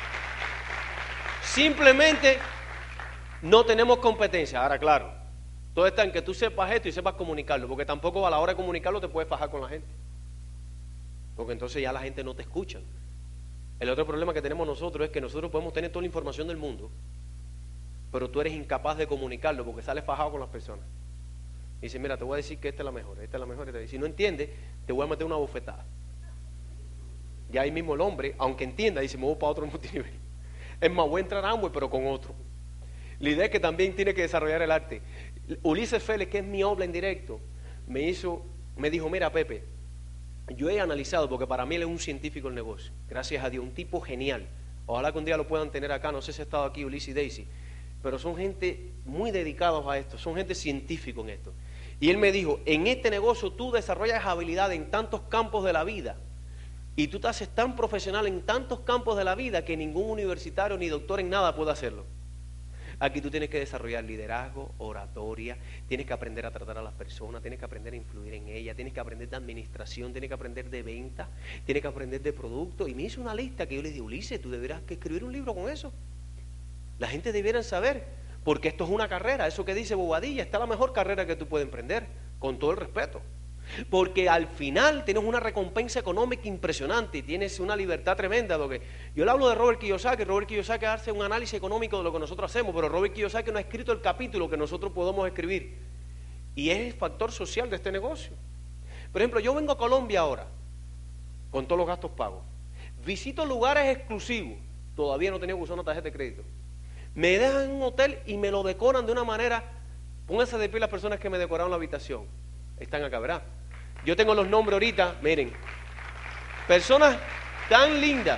Simplemente no tenemos competencia. Ahora, claro, todo está en que tú sepas esto y sepas comunicarlo, porque tampoco a la hora de comunicarlo te puedes fajar con la gente, porque entonces ya la gente no te escucha. El otro problema que tenemos nosotros es que nosotros podemos tener toda la información del mundo, pero tú eres incapaz de comunicarlo porque sales fajado con las personas. Y dices, mira, te voy a decir que esta es la mejor, esta es la mejor. Y si no entiendes, te voy a meter una bofetada. Y ahí mismo el hombre, aunque entienda, dice, me voy para otro multinivel. Es más, voy a entrar a Amway, pero con otro. La idea es que también tiene que desarrollar el arte. Ulises Félix, que es mi obra en directo, me dijo, mira, Pepe, yo he analizado, porque para mí él es un científico del negocio, gracias a Dios, un tipo genial. Ojalá que un día lo puedan tener acá, no sé si ha estado aquí Ulises y Daisy, pero son gente muy dedicados a esto, son gente científica en esto. Y él me dijo, en este negocio tú desarrollas habilidades en tantos campos de la vida, y tú te haces tan profesional en tantos campos de la vida que ningún universitario ni doctor en nada puede hacerlo. Aquí tú tienes que desarrollar liderazgo, oratoria, tienes que aprender a tratar a las personas, tienes que aprender a influir en ellas, tienes que aprender de administración, tienes que aprender de venta, tienes que aprender de producto. Y me hizo una lista que yo le dije, Ulises, tú deberás que escribir un libro con eso. La gente debiera saber, porque esto es una carrera, eso que dice Bobadilla, esta es la mejor carrera que tú puedes emprender, con todo el respeto. Porque al final tienes una recompensa económica impresionante y tienes una libertad tremenda. Porque yo le hablo de Robert Kiyosaki hace un análisis económico de lo que nosotros hacemos, pero Robert Kiyosaki no ha escrito el capítulo que nosotros podemos escribir, y es el factor social de este negocio. Por ejemplo, yo vengo a Colombia ahora con todos los gastos pagos, visito lugares exclusivos, todavía no tenía que usar una tarjeta de crédito, me dejan en un hotel y me lo decoran de una manera. Pónganse de pie las personas que me decoraron la habitación, están acá, ¿verdad? Yo tengo los nombres ahorita, miren, personas tan lindas.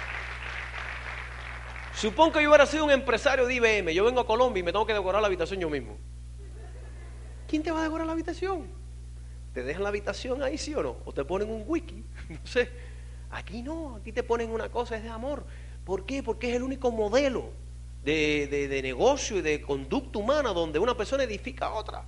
Supón que yo hubiera sido un empresario de IBM, yo vengo a Colombia y me tengo que decorar la habitación yo mismo. ¿Quién te va a decorar la habitación? ¿Te dejan la habitación ahí, sí o no? ¿O te ponen un wiki? No sé. Aquí no, aquí te ponen una cosa, es de amor. ¿Por qué? Porque es el único modelo de negocio y de conducta humana donde una persona edifica a otra.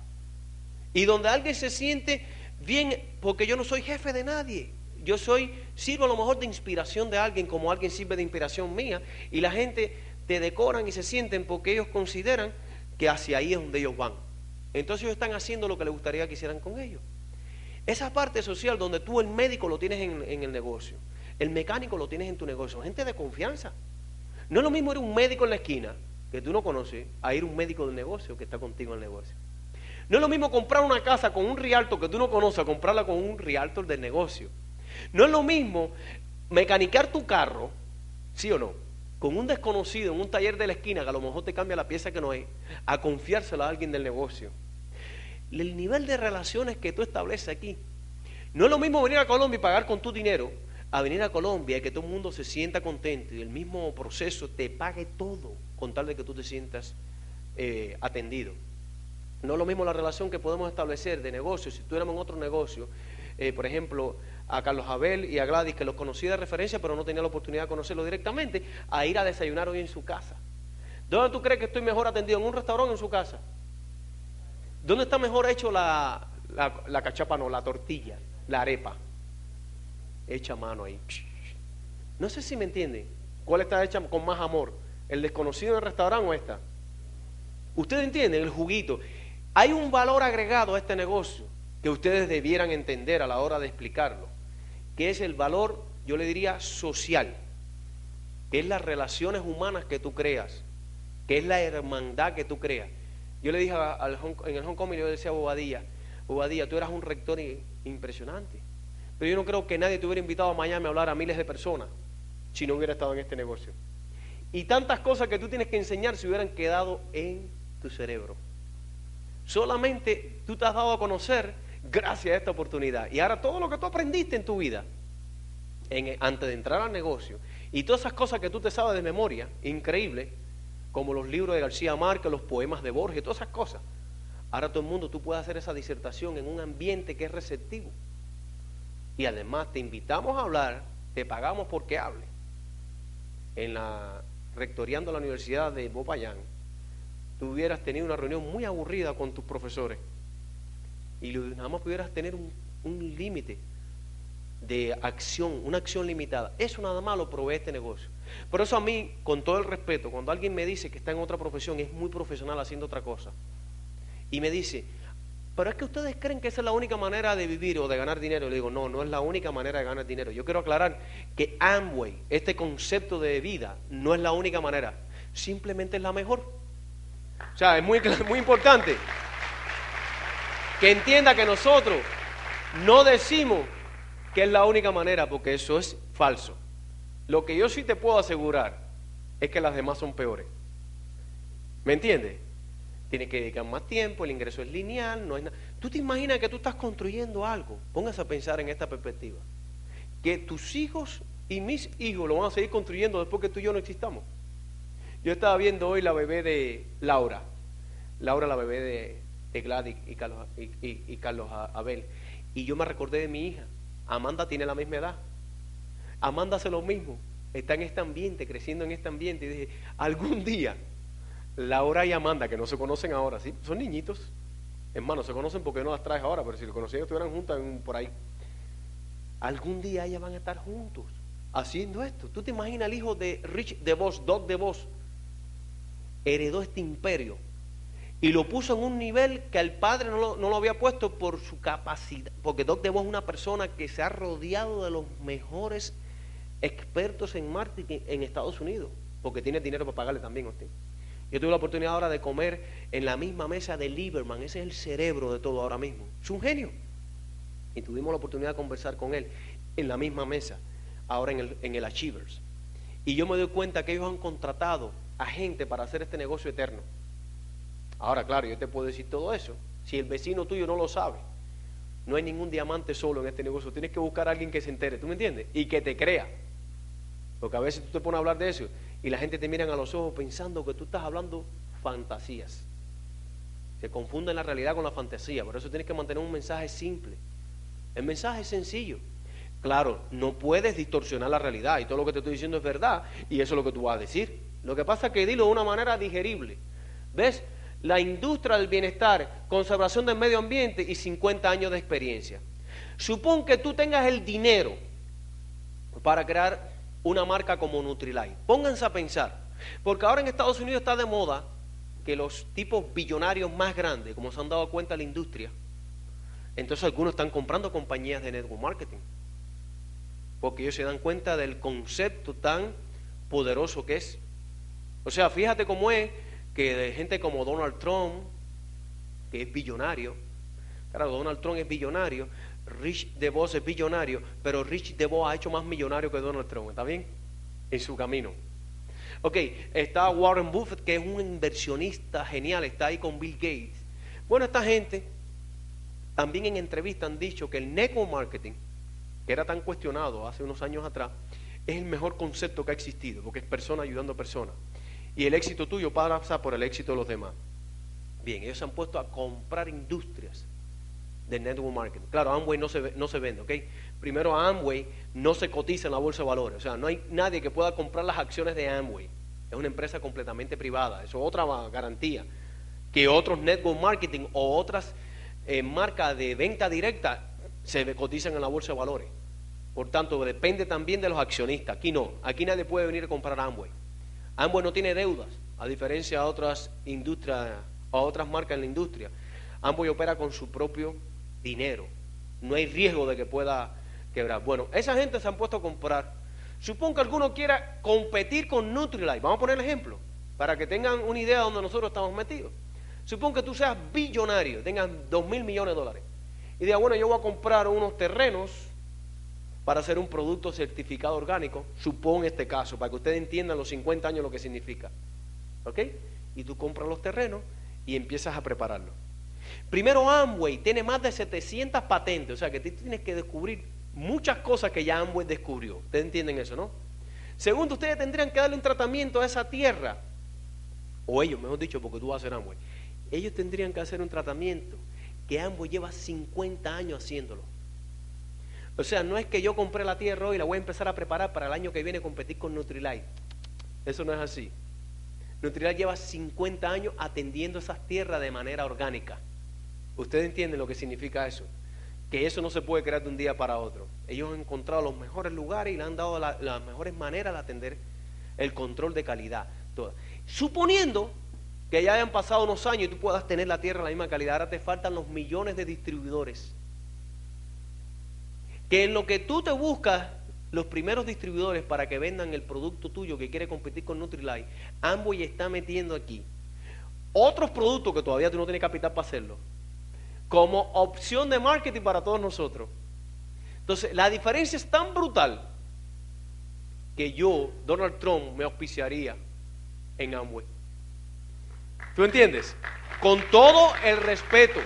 Y donde alguien se siente bien, porque yo no soy jefe de nadie. Yo sirvo a lo mejor de inspiración de alguien, como alguien sirve de inspiración mía, y la gente te decoran y se sienten porque ellos consideran que hacia ahí es donde ellos van. Entonces ellos están haciendo lo que les gustaría que hicieran con ellos. Esa parte social donde tú el médico lo tienes en el negocio, el mecánico lo tienes en tu negocio, gente de confianza. No es lo mismo ir a un médico en la esquina, que tú no conoces, a ir a un médico del negocio que está contigo en el negocio. No es lo mismo comprar una casa con un realtor que tú no conoces a comprarla con un realtor del negocio. No es lo mismo mecanicar tu carro, ¿sí o no?, con un desconocido en un taller de la esquina que a lo mejor te cambia la pieza que no es, a confiársela a alguien del negocio. El nivel de relaciones que tú estableces aquí. No es lo mismo venir a Colombia y pagar con tu dinero, a venir a Colombia y que todo el mundo se sienta contento y el mismo proceso te pague todo con tal de que tú te sientas atendido. No es lo mismo la relación que podemos establecer de negocio. Si estuviéramos en otro negocio, por ejemplo, a Carlos Abel y a Gladys, que los conocí de referencia, pero no tenía la oportunidad de conocerlos directamente, a ir a desayunar hoy en su casa. ¿Dónde tú crees que estoy mejor atendido? ¿En un restaurante o en su casa? ¿Dónde está mejor hecho la cachapa, no, la tortilla, la arepa? Hecha a mano ahí. No sé si me entienden. ¿Cuál está hecha con más amor? ¿El desconocido en el restaurante o esta? ¿Ustedes entienden? El juguito. Hay un valor agregado a este negocio que ustedes debieran entender a la hora de explicarlo, que es el valor, yo le diría, social, que es las relaciones humanas que tú creas, que es la hermandad que tú creas. Yo le dije en el homecoming, yo le decía a Bobadilla, tú eras un rector impresionante, pero yo no creo que nadie te hubiera invitado a Miami a hablar a miles de personas si no hubiera estado en este negocio. Y tantas cosas que tú tienes que enseñar se hubieran quedado en tu cerebro. Solamente tú te has dado a conocer gracias a esta oportunidad. Y ahora todo lo que tú aprendiste en tu vida, antes de entrar al negocio, Y todas esas cosas que tú te sabes de memoria, increíble, como los libros de García Márquez, los poemas de Borges, todas esas cosas. Ahora todo el mundo tú puedes hacer esa disertación en un ambiente que es receptivo. Y además te invitamos a hablar, te pagamos porque hable. Rectoriando la Universidad de Popayán, tú hubieras tenido una reunión muy aburrida con tus profesores y nada más pudieras tener un límite de acción, una acción limitada. Eso nada más lo provee este negocio. Por eso a mí, con todo el respeto, cuando alguien me dice que está en otra profesión, es muy profesional haciendo otra cosa, y me dice, pero es que ustedes creen que esa es la única manera de vivir o de ganar dinero. Le digo, no, no es la única manera de ganar dinero. Yo quiero aclarar que Amway, este concepto de vida, no es la única manera, simplemente es la mejor. O sea, es muy importante que entienda que nosotros no decimos que es la única manera, porque eso es falso. Lo que yo sí te puedo asegurar es que las demás son peores. ¿Me entiendes? Tienes que dedicar más tiempo, el ingreso es lineal, no es nada. ¿Tú te imaginas que tú estás construyendo algo? Póngase a pensar en esta perspectiva. Que tus hijos y mis hijos lo van a seguir construyendo después que tú y yo no existamos. Yo estaba viendo hoy la bebé de Laura, la bebé de Gladys y Carlos Abel, y yo me recordé de mi hija. Amanda tiene la misma edad. Amanda hace lo mismo, está en este ambiente, creciendo en este ambiente, y dije, algún día Laura y Amanda, que no se conocen ahora, ¿sí? Son niñitos, hermanos, se conocen porque no las traes ahora, pero si lo conocían estuvieran juntas por ahí. Algún día ellas van a estar juntos haciendo esto. ¿Tú te imaginas el hijo de Rich DeVos, Doc DeVos, heredó este imperio y lo puso en un nivel que el padre no lo había puesto por su capacidad? Porque Doc DeVos es una persona que se ha rodeado de los mejores expertos en marketing en Estados Unidos, porque tiene dinero para pagarle también a usted. Yo tuve la oportunidad ahora de comer en la misma mesa de Lieberman. Ese es el cerebro de todo ahora mismo. Es un genio. Y tuvimos la oportunidad de conversar con él en la misma mesa, ahora en el Achievers. Y yo me doy cuenta que ellos han contratado a gente para hacer este negocio eterno. Ahora, claro, yo te puedo decir todo eso. Si el vecino tuyo no lo sabe, no hay ningún diamante solo en este negocio. Tienes que buscar a alguien que se entere, ¿tú me entiendes? Y que te crea. Porque a veces tú te pones a hablar de eso y la gente te miran a los ojos pensando que tú estás hablando fantasías. Se confunden la realidad con la fantasía. Por eso tienes que mantener un mensaje simple. El mensaje es sencillo. Claro, no puedes distorsionar la realidad y todo lo que te estoy diciendo es verdad y eso es lo que tú vas a decir. Lo que pasa es que dilo de una manera digerible. ¿Ves? La industria del bienestar, conservación del medio ambiente y 50 años de experiencia. Supón que tú tengas el dinero para crear una marca como Nutrilite. Pónganse a pensar, porque ahora en Estados Unidos está de moda que los tipos billonarios más grandes, como se han dado cuenta la industria, entonces algunos están comprando compañías de network marketing, porque ellos se dan cuenta del concepto tan poderoso que es. O sea, fíjate cómo es que de gente como Donald Trump, que es billonario, claro, Donald Trump es billonario, Rich DeVos es billonario, pero Rich DeVos ha hecho más millonario que Donald Trump, ¿está bien? En su camino. Ok, está Warren Buffett, que es un inversionista genial, está ahí con Bill Gates. Bueno, esta gente también en entrevistas han dicho que el network marketing, que era tan cuestionado hace unos años atrás, es el mejor concepto que ha existido, porque es persona ayudando a personas. Y el éxito tuyo pasa por el éxito de los demás. Bien, ellos se han puesto a comprar industrias de network marketing. Claro, Amway no se vende, ¿ok? Primero, Amway no se cotiza en la bolsa de valores. O sea, no hay nadie que pueda comprar las acciones de Amway. Es una empresa completamente privada. Eso es otra garantía. Que otros network marketing o otras marcas de venta directa se cotizan en la bolsa de valores. Por tanto, depende también de los accionistas. Aquí no. Aquí nadie puede venir a comprar Amway. Amway no tiene deudas, a diferencia de otras industrias o otras marcas en la industria. Amway opera con su propio dinero. No hay riesgo de que pueda quebrar. Bueno, esa gente se han puesto a comprar. Supón que alguno quiera competir con Nutrilite. Vamos a poner el ejemplo, para que tengan una idea de donde nosotros estamos metidos. Supón que tú seas billonario, tengas $2,000 millones y digas, bueno, yo voy a comprar unos terrenos para hacer un producto certificado orgánico. Supón este caso, para que ustedes entiendan los 50 años lo que significa. ¿Ok? Y tú compras los terrenos y empiezas a prepararlo. Primero, Amway tiene más de 700 patentes, o sea que tú tienes que descubrir muchas cosas que ya Amway descubrió. Ustedes entienden eso, ¿no? Segundo, ustedes tendrían que darle un tratamiento a esa tierra. O ellos, mejor dicho, porque tú vas a hacer Amway. Ellos tendrían que hacer un tratamiento que Amway lleva 50 años haciéndolo. O sea, no es que yo compré la tierra hoy y la voy a empezar a preparar para el año que viene competir con Nutrilite. Eso no es así. Nutrilite lleva 50 años atendiendo esas tierras de manera orgánica. ¿Ustedes entienden lo que significa eso? Que eso no se puede crear de un día para otro. Ellos han encontrado los mejores lugares y le han dado las mejores maneras de atender el control de calidad. Toda. Suponiendo que ya hayan pasado unos años y tú puedas tener la tierra en la misma calidad, ahora te faltan los millones de distribuidores. Que en lo que tú te buscas los primeros distribuidores para que vendan el producto tuyo que quiere competir con Nutrilite, Amway está metiendo aquí otros productos que todavía tú no tienes capital para hacerlo, como opción de marketing para todos nosotros. Entonces, la diferencia es tan brutal que yo, Donald Trump, me auspiciaría en Amway. ¿Tú entiendes? Con todo el respeto.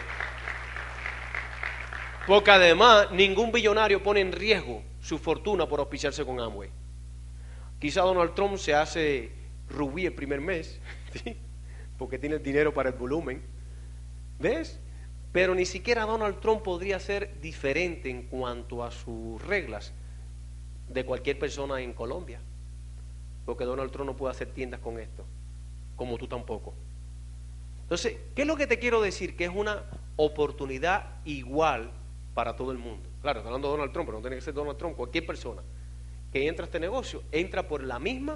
Porque además, ningún billonario pone en riesgo su fortuna por auspiciarse con Amway. Quizá Donald Trump se hace rubí el primer mes, ¿sí? Porque tiene el dinero para el volumen. ¿Ves? Pero ni siquiera Donald Trump podría ser diferente en cuanto a sus reglas de cualquier persona en Colombia. Porque Donald Trump no puede hacer tiendas con esto, como tú tampoco. Entonces, ¿qué es lo que te quiero decir? Que es una oportunidad igual para todo el mundo. Claro, estoy hablando de Donald Trump, pero no tiene que ser Donald Trump. Cualquier persona que entra a este negocio, entra por la misma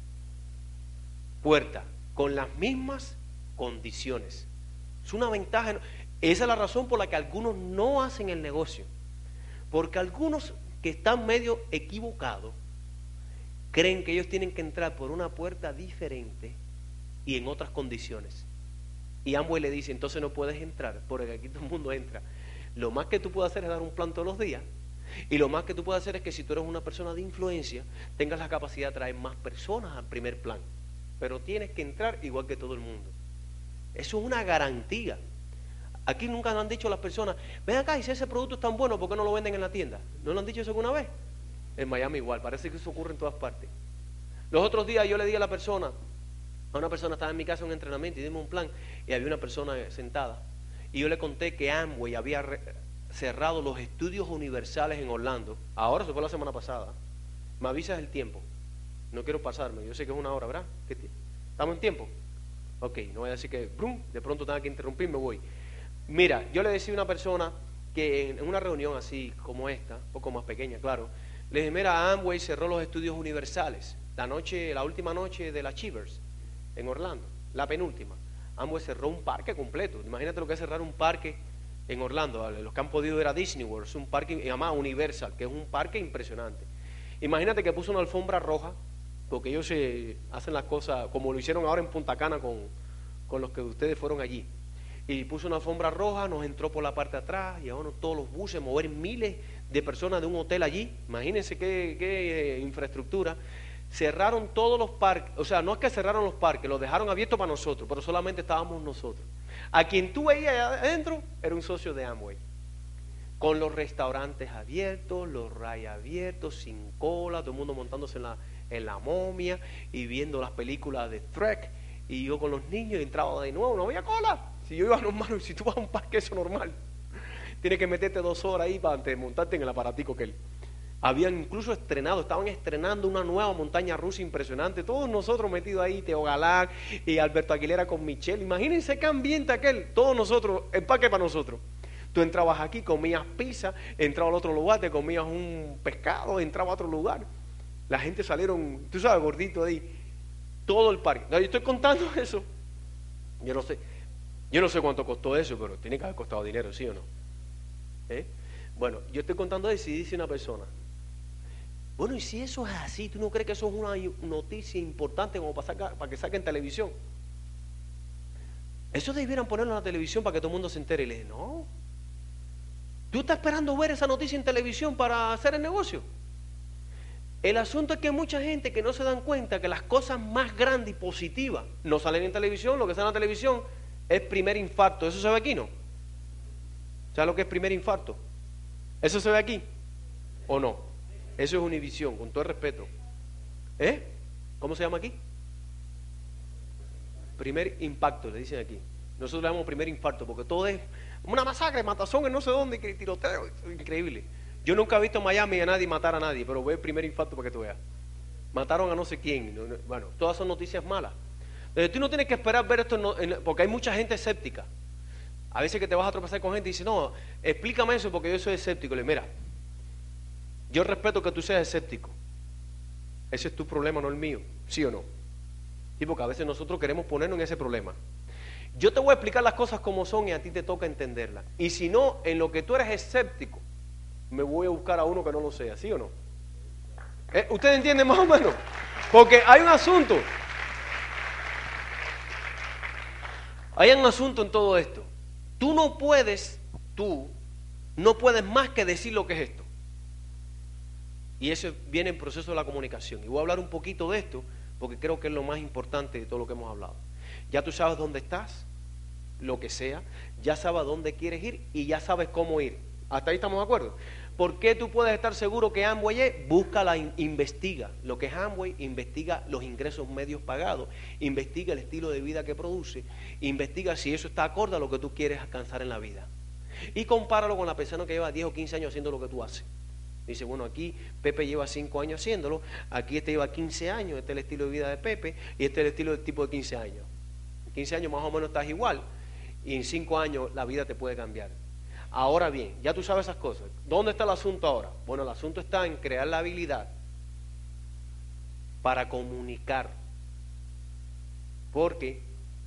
puerta, con las mismas condiciones. Es una ventaja. Esa es la razón por la que algunos no hacen el negocio. Porque algunos que están medio equivocados creen que ellos tienen que entrar por una puerta diferente y en otras condiciones. Y Amway le dice, entonces no puedes entrar, porque aquí todo el mundo entra. Lo más que tú puedes hacer es dar un plan todos los días. Y lo más que tú puedes hacer es que si tú eres una persona de influencia, tengas la capacidad de traer más personas al primer plan. Pero tienes que entrar igual que todo el mundo. Eso es una garantía. Aquí nunca nos han dicho las personas, ven acá y si ese producto es tan bueno, ¿por qué no lo venden en la tienda? ¿No lo han dicho eso alguna vez? En Miami igual, parece que eso ocurre en todas partes. Los otros días yo le di a la persona, a una persona estaba en mi casa en un entrenamiento y dimos un plan y había una persona sentada. Y yo le conté que Amway había cerrado los estudios universales en Orlando. Ahora, eso fue la semana pasada. Me avisas el tiempo. No quiero pasarme, yo sé que es una hora, ¿verdad? ¿Estamos en tiempo? Ok, no voy a decir que brum, de pronto tenga que interrumpir, me voy. Mira, yo le decía a una persona que en una reunión así como esta, un poco más pequeña, claro, le dije, mira, Amway cerró los estudios universales la última noche de la Achievers en Orlando, la penúltima. Amway cerró un parque completo. Imagínate lo que es cerrar un parque en Orlando. Los que han podido ir a Disney World, es un parque llamado Universal, que es un parque impresionante. Imagínate que puso una alfombra roja, porque ellos hacen las cosas como lo hicieron ahora en Punta Cana con los que ustedes fueron allí. Y puso una alfombra roja, nos entró por la parte de atrás, llevaron todos los buses, mover miles de personas de un hotel allí. Imagínense qué infraestructura. Cerraron todos los parques, o sea, no es que cerraron los parques, los dejaron abiertos para nosotros, pero solamente estábamos nosotros. A quien tú veías allá adentro era un socio de Amway, con los restaurantes abiertos, los rayas abiertos, sin cola, todo el mundo montándose en la momia y viendo las películas de Trek. Y yo con los niños entraba de nuevo, no había cola. Si yo iba normal, si tú vas a un parque eso normal, tienes que meterte 2 horas ahí para antes de montarte en el aparatico que él. Habían incluso estaban estrenando una nueva montaña rusa impresionante, todos nosotros metidos ahí, Teo Galán y Alberto Aguilera con Michelle. Imagínense qué ambiente aquel, todos nosotros, el parque para nosotros. Tú entrabas aquí, comías pizza, entrabas al otro lugar, te comías un pescado, entrabas a otro lugar. La gente salieron, tú sabes, gordito ahí, todo el parque. No, yo estoy contando eso. Yo no sé cuánto costó eso, pero tiene que haber costado dinero, ¿sí o no? Bueno, yo estoy contando eso y dice una persona, bueno, y si eso es así, ¿tú no crees que eso es una noticia importante como para que saquen televisión? Eso debieran ponerlo en la televisión para que todo el mundo se entere. Y le dije, no. ¿Tú estás esperando ver esa noticia en televisión para hacer el negocio? El asunto es que hay mucha gente que no se dan cuenta que las cosas más grandes y positivas no salen en televisión. Lo que sale en la televisión es primer infarto. ¿Eso se ve aquí, no? ¿Sabes lo que es primer infarto? ¿Eso se ve aquí? ¿O no? Eso es Univisión, con todo el respeto. ¿Cómo se llama aquí? Primer impacto, le dicen aquí. Nosotros le llamamos primer infarto, porque todo es una masacre, matazón en no sé dónde, tiroteo, increíble. Yo nunca he visto en Miami a nadie matar a nadie, pero ve el primer infarto para que tú veas. Mataron a no sé quién. Bueno, todas son noticias malas. Entonces tú no tienes que esperar ver esto, porque hay mucha gente escéptica. A veces que te vas a tropezar con gente y dices, no, explícame eso porque yo soy escéptico. Le mira, yo respeto que tú seas escéptico. Ese es tu problema, no el mío. ¿Sí o no? Sí, porque a veces nosotros queremos ponernos en ese problema. Yo te voy a explicar las cosas como son y a ti te toca entenderlas. Y si no, en lo que tú eres escéptico, me voy a buscar a uno que no lo sea. ¿Sí o no? ¿Ustedes entienden más o menos? Porque hay un asunto. Hay un asunto en todo esto. Tú no puedes más que decir lo que es esto. Y eso viene en proceso de la comunicación. Y voy a hablar un poquito de esto, porque creo que es lo más importante de todo lo que hemos hablado. Ya tú sabes dónde estás, lo que sea, ya sabes a dónde quieres ir y ya sabes cómo ir. ¿Hasta ahí estamos de acuerdo? ¿Por qué tú puedes estar seguro que Amway es? Búscala, investiga lo que es Amway, investiga los ingresos medios pagados, investiga el estilo de vida que produce, investiga si eso está acorde a lo que tú quieres alcanzar en la vida. Y compáralo con la persona que lleva 10 o 15 años haciendo lo que tú haces. Dice, bueno, aquí Pepe lleva 5 años haciéndolo, aquí este lleva 15 años, este es el estilo de vida de Pepe y este es el estilo del tipo de 15 años. 15 años más o menos estás igual y en 5 años la vida te puede cambiar. Ahora bien, ya tú sabes esas cosas. ¿Dónde está el asunto ahora? Bueno, el asunto está en crear la habilidad para comunicar. Porque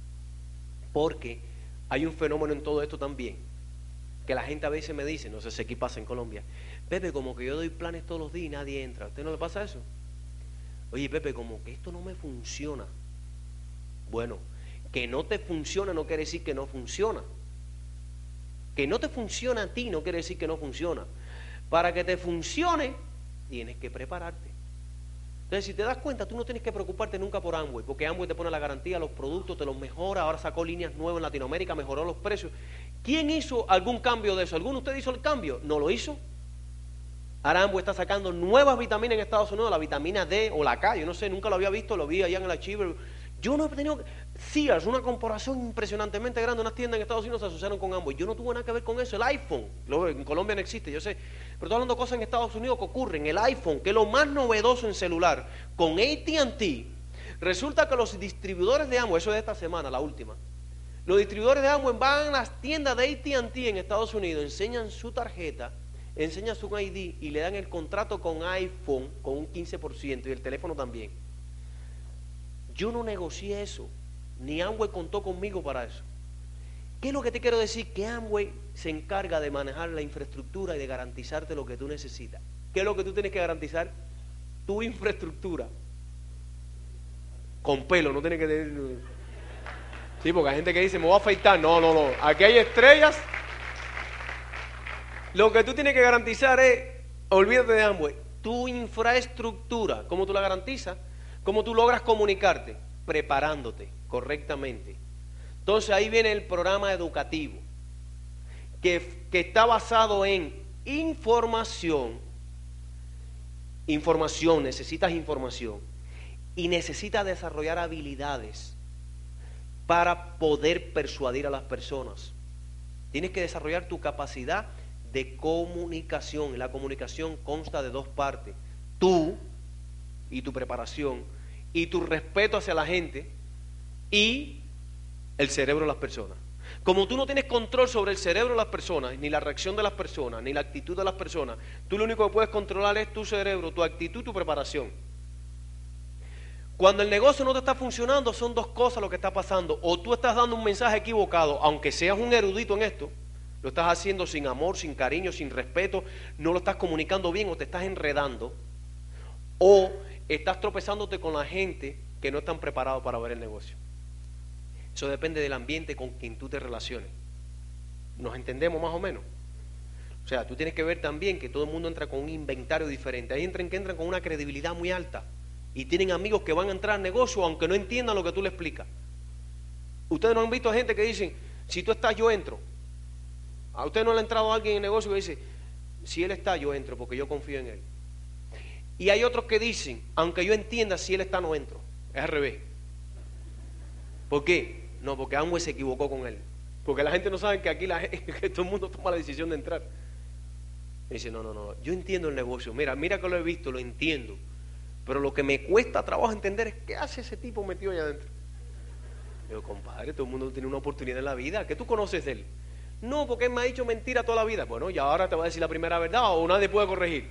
hay un fenómeno en todo esto también, que la gente a veces me dice, no sé si aquí pasa en Colombia, Pepe, como que yo doy planes todos los días y nadie entra. ¿A usted no le pasa eso? Oye, Pepe, como que esto no me funciona. Bueno, que no te funciona no quiere decir que no funciona. Que no te funciona a ti no quiere decir que no funciona. Para que te funcione, tienes que prepararte. Entonces, si te das cuenta, tú no tienes que preocuparte nunca por Amway, porque Amway te pone la garantía, los productos te los mejora, ahora sacó líneas nuevas en Latinoamérica, mejoró los precios. ¿Quién hizo algún cambio de eso? ¿Alguno de ustedes hizo el cambio? ¿No lo hizo? Ahora Amway está sacando nuevas vitaminas en Estados Unidos, la vitamina D o la K, yo no sé, nunca lo había visto, lo vi allá en el archivo. Yo no he tenido... Sears, una comparación impresionantemente grande, unas tiendas en Estados Unidos se asociaron con Amway. Yo no tuve nada que ver con eso. El iPhone, en Colombia no existe, yo sé, pero estoy hablando de cosas en Estados Unidos que ocurren. El iPhone, que es lo más novedoso en celular, con AT&T, resulta que los distribuidores de Amway, eso es de esta semana, la última, los distribuidores de Amway van a las tiendas de AT&T en Estados Unidos, enseñan su tarjeta, enseñan su ID y le dan el contrato con iPhone con un 15% y el teléfono también. Yo no negocié eso, ni Amway contó conmigo para eso. ¿Qué es lo que te quiero decir? Que Amway se encarga de manejar la infraestructura y de garantizarte lo que tú necesitas. ¿Qué es lo que tú tienes que garantizar? Tu infraestructura. Con pelo, no tienes que tener... Sí, porque hay gente que dice, me voy a afeitar. No. Aquí hay estrellas. Lo que tú tienes que garantizar es, olvídate de Amway, tu infraestructura. ¿Cómo tú la garantizas? ¿Cómo tú logras comunicarte? Preparándote correctamente. Entonces ahí viene el programa educativo, que está basado en información, necesitas información, y necesitas desarrollar habilidades para poder persuadir a las personas. Tienes que desarrollar tu capacidad de comunicación, y la comunicación consta de 2 partes, tú y tu preparación, y tu respeto hacia la gente, y el cerebro de las personas. Como tú no tienes control sobre el cerebro de las personas, ni la reacción de las personas, ni la actitud de las personas, tú lo único que puedes controlar es tu cerebro, tu actitud, tu preparación. Cuando el negocio no te está funcionando, son 2 cosas lo que está pasando. O tú estás dando un mensaje equivocado, aunque seas un erudito en esto, lo estás haciendo sin amor, sin cariño, sin respeto, no lo estás comunicando bien o te estás enredando, o estás tropezándote con la gente que no están preparados para ver el negocio. Eso depende del ambiente con quien tú te relaciones. ¿Nos entendemos más o menos? O sea, tú tienes que ver también que todo el mundo entra con un inventario diferente. Hay que entran con una credibilidad muy alta y tienen amigos que van a entrar al negocio aunque no entiendan lo que tú le explicas. Ustedes no han visto a gente que dicen, si tú estás, yo entro. A usted no le ha entrado alguien en el negocio que dice, si él está, yo entro porque yo confío en él. Y hay otros que dicen, aunque yo entienda, si él está no entro. Es al revés. ¿Por qué? No, porque Amway se equivocó con él. Porque la gente no sabe que aquí que todo el mundo toma la decisión de entrar. Y dice, no, yo entiendo el negocio. Mira que lo he visto, lo entiendo. Pero lo que me cuesta trabajo entender es qué hace ese tipo metido allá adentro. Digo, compadre, todo el mundo tiene una oportunidad en la vida. ¿Qué tú conoces de él? No, porque él me ha dicho mentira toda la vida. Bueno, y ahora te va a decir la primera verdad o nadie puede corregir.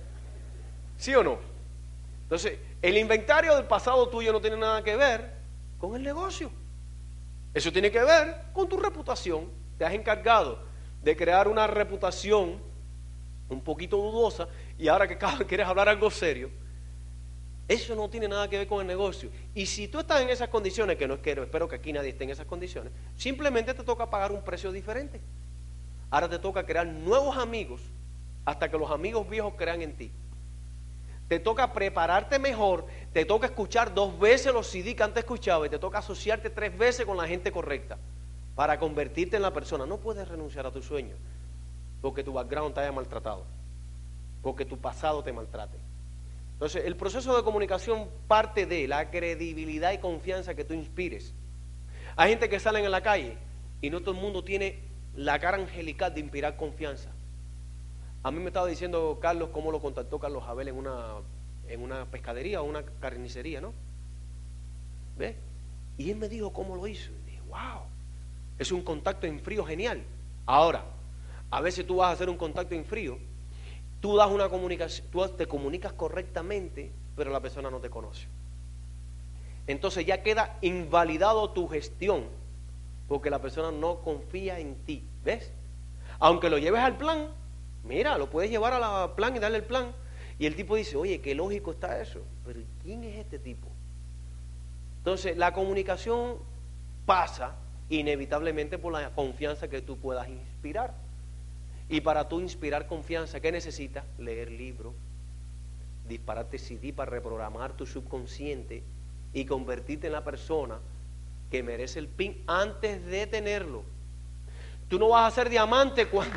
¿Sí o no? Entonces, el inventario del pasado tuyo no tiene nada que ver con el negocio. Eso tiene que ver con tu reputación. Te has encargado de crear una reputación un poquito dudosa y ahora que quieres hablar algo serio, eso no tiene nada que ver con el negocio. Y si tú estás en esas condiciones, que no quiero, espero que aquí nadie esté en esas condiciones, simplemente te toca pagar un precio diferente. Ahora te toca crear nuevos amigos hasta que los amigos viejos crean en ti. Te toca prepararte mejor, te toca escuchar 2 veces los CD que antes escuchabas y te toca asociarte 3 veces con la gente correcta para convertirte en la persona. No puedes renunciar a tus sueños porque tu background te haya maltratado, porque tu pasado te maltrate. Entonces, el proceso de comunicación parte de la credibilidad y confianza que tú inspires. Hay gente que sale en la calle y no todo el mundo tiene la cara angelical de inspirar confianza. A mí me estaba diciendo Carlos cómo lo contactó Carlos Abel en una pescadería o una carnicería, ¿no? ¿Ves? Y él me dijo cómo lo hizo. Y dije, wow, es un contacto en frío genial. Ahora, a veces tú vas a hacer un contacto en frío, tú das una comunicación, tú te comunicas correctamente, pero la persona no te conoce. Entonces ya queda invalidado tu gestión, porque la persona no confía en ti, ¿ves? Aunque lo lleves al plan, mira, lo puedes llevar al plan y darle el plan, y el tipo dice, oye, qué lógico está eso, pero ¿quién es este tipo? Entonces la comunicación pasa inevitablemente por la confianza que tú puedas inspirar. Y para tú inspirar confianza, ¿qué necesitas? Leer libros, dispararte CD para reprogramar tu subconsciente y convertirte en la persona que merece el PIN antes de tenerlo. Tú no vas a ser diamante cuando...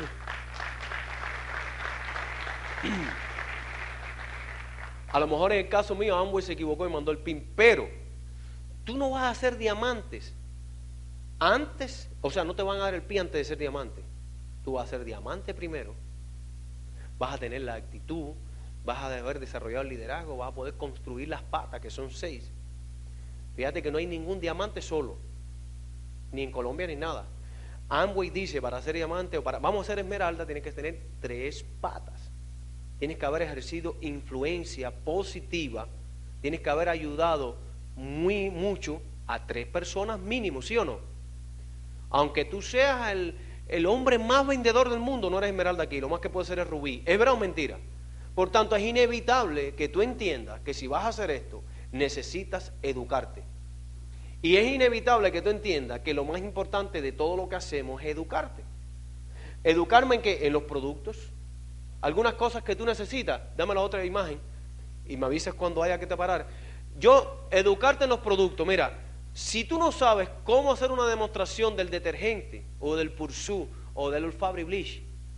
A lo mejor en el caso mío Amway se equivocó y mandó el PIN, pero tú no vas a ser diamantes antes, o sea, no te van a dar el PIN antes de ser diamante. Tú vas a ser diamante primero, vas a tener la actitud, vas a haber desarrollado el liderazgo, vas a poder construir las patas, que son 6. Fíjate que no hay ningún diamante solo, ni en Colombia ni nada. Amway dice, para ser diamante o vamos a ser esmeralda, tienes que tener 3 patas. Tienes que haber ejercido influencia positiva, tienes que haber ayudado mucho a 3 personas mínimo, ¿sí o no? Aunque tú seas el hombre más vendedor del mundo, no eres esmeralda aquí, lo más que puede ser es rubí. ¿Es verdad o mentira? Por tanto, es inevitable que tú entiendas que si vas a hacer esto, necesitas educarte. Y es inevitable que tú entiendas que lo más importante de todo lo que hacemos es educarte. ¿Educarme en qué? En los productos. Algunas cosas que tú necesitas, dame la otra imagen y me avisas cuando haya que te parar. Educarte en los productos, mira. Si tú no sabes cómo hacer una demostración del detergente o del Pursuit o del Old Fabric Bleach,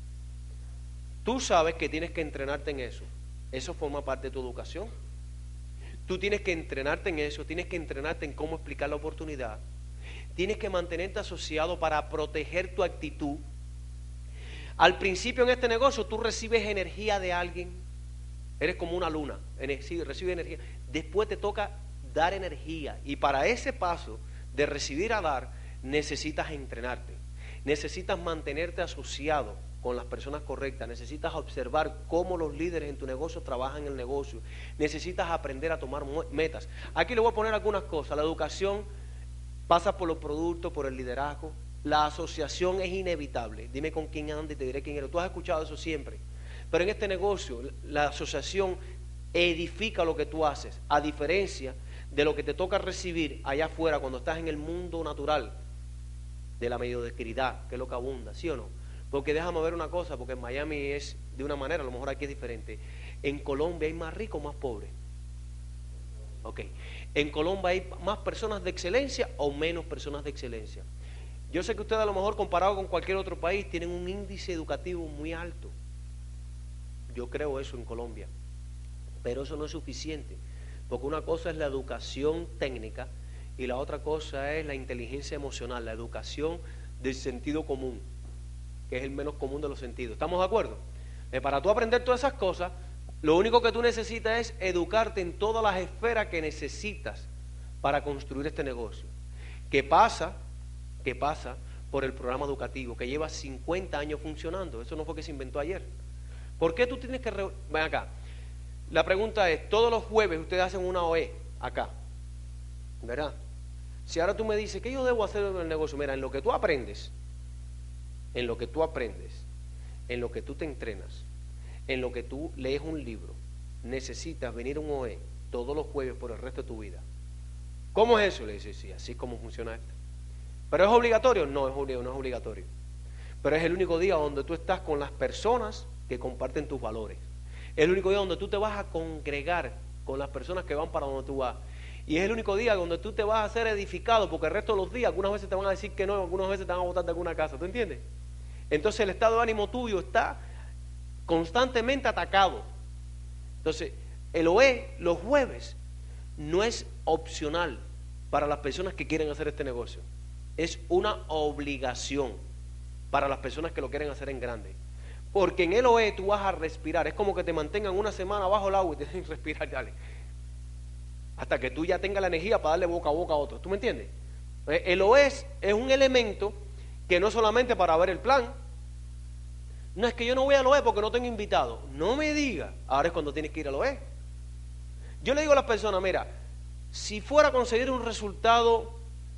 tú sabes que tienes que entrenarte en eso. Eso forma parte de tu educación. Tú tienes que entrenarte en eso, tienes que entrenarte en cómo explicar la oportunidad. Tienes que mantenerte asociado para proteger tu actitud. Al principio en este negocio tú recibes energía de alguien, eres como una luna, recibes energía. Después te toca dar energía, y para ese paso de recibir a dar necesitas entrenarte, necesitas mantenerte asociado con las personas correctas, necesitas observar cómo los líderes en tu negocio trabajan en el negocio, necesitas aprender a tomar metas. Aquí le voy a poner algunas cosas. La educación pasa por los productos, por el liderazgo. La asociación es inevitable. Dime con quién anda y te diré quién eres. Tú has escuchado eso siempre, pero en este negocio la asociación edifica lo que tú haces, a diferencia de lo que te toca recibir allá afuera cuando estás en el mundo natural de la mediocridad, que es lo que abunda, ¿sí o no? Porque déjame ver una cosa, porque en Miami es de una manera, a lo mejor aquí es diferente. En Colombia hay más ricos o más pobres. Ok. En Colombia hay más personas de excelencia o menos personas de excelencia. Yo sé que ustedes a lo mejor comparado con cualquier otro país tienen un índice educativo muy alto. Yo creo eso en Colombia. Pero eso no es suficiente, porque una cosa es la educación técnica y la otra cosa es la inteligencia emocional, la educación del sentido común, que es el menos común de los sentidos. ¿Estamos de acuerdo? Para tú aprender todas esas cosas, lo único que tú necesitas es educarte en todas las esferas que necesitas para construir este negocio. ¿Qué pasa por el programa educativo que lleva 50 años funcionando? Eso no fue que se inventó ayer. ¿Por qué tú tienes que... Ven acá. La pregunta es, todos los jueves ustedes hacen una OE acá, ¿verdad? Si ahora tú me dices, ¿qué yo debo hacer en el negocio? Mira, en lo que tú aprendes, en lo que tú te entrenas, en lo que tú lees un libro, necesitas venir a un OE todos los jueves por el resto de tu vida. ¿Cómo es eso? Le dice, sí, así es como funciona esto. ¿Pero es obligatorio? No es obligatorio. Pero es el único día donde tú estás con las personas que comparten tus valores. Es el único día donde tú te vas a congregar con las personas que van para donde tú vas. Y es el único día donde tú te vas a ser edificado, porque el resto de los días, algunas veces te van a decir que no, algunas veces te van a botar de alguna casa. ¿Tú entiendes? Entonces el estado de ánimo tuyo está constantemente atacado. Entonces, el OE los jueves no es opcional para las personas que quieren hacer este negocio. Es una obligación para las personas que lo quieren hacer en grande. Porque en el OE tú vas a respirar. Es como que te mantengan una semana bajo el agua y te dejen respirar, dale. Hasta que tú ya tengas la energía para darle boca a boca a otros. ¿Tú me entiendes? El OE es un elemento que no solamente para ver el plan. No es que yo no voy al OE porque no tengo invitado. No me diga. Ahora es cuando tienes que ir al OE. Yo le digo a las personas, mira, si fuera a conseguir un resultado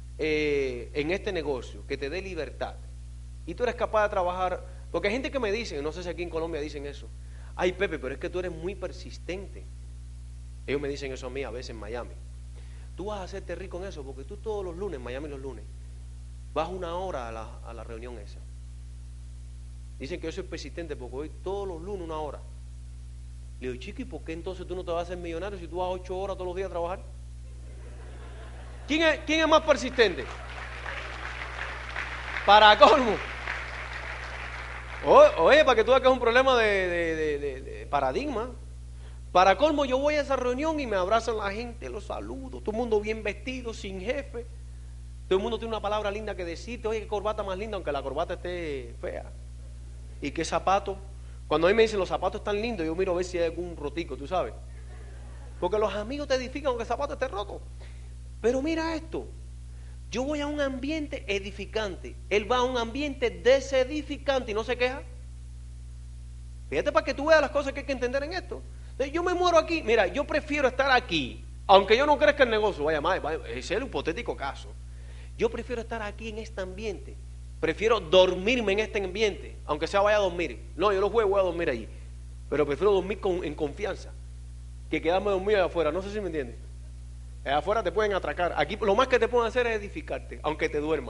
en este negocio que te dé libertad y tú eres capaz de trabajar... Porque hay gente que me dice, no sé si aquí en Colombia dicen eso, ay Pepe, pero es que tú eres muy persistente. Ellos me dicen eso a mí a veces en Miami. Tú vas a hacerte rico en eso porque tú todos los lunes, en Miami los lunes, vas una hora a la reunión esa. Dicen que yo soy persistente porque voy todos los lunes una hora. Le digo, chico, ¿y por qué entonces tú no te vas a hacer millonario si tú vas 8 horas todos los días a trabajar? ¿Quién es más persistente? Para colmo. Oye, para que tú veas que es un problema de paradigma. Para colmo, yo voy a esa reunión y me abrazan la gente, los saludo, todo el mundo bien vestido, sin jefe. Todo el mundo tiene una palabra linda que decirte. Oye, qué corbata más linda, aunque la corbata esté fea. Y qué zapato. Cuando a mí me dicen los zapatos están lindos, yo miro a ver si hay algún rotico, tú sabes. Porque los amigos te edifican aunque el zapato esté roto. Pero mira esto. Yo voy a un ambiente edificante. Él va a un ambiente desedificante y no se queja. Fíjate para que tú veas las cosas que hay que entender en esto. Yo me muero aquí. Mira, yo prefiero estar aquí, aunque yo no crezca el negocio. Vaya, ese es el hipotético caso. Yo prefiero estar aquí en este ambiente. Prefiero dormirme en este ambiente, aunque sea vaya a dormir. No, yo los jueves voy a dormir allí. Pero prefiero dormir en confianza que quedarme dormido allá afuera. No sé si me entiendes. Allá afuera te pueden atracar. Aquí lo más que te pueden hacer es edificarte, aunque te duermas.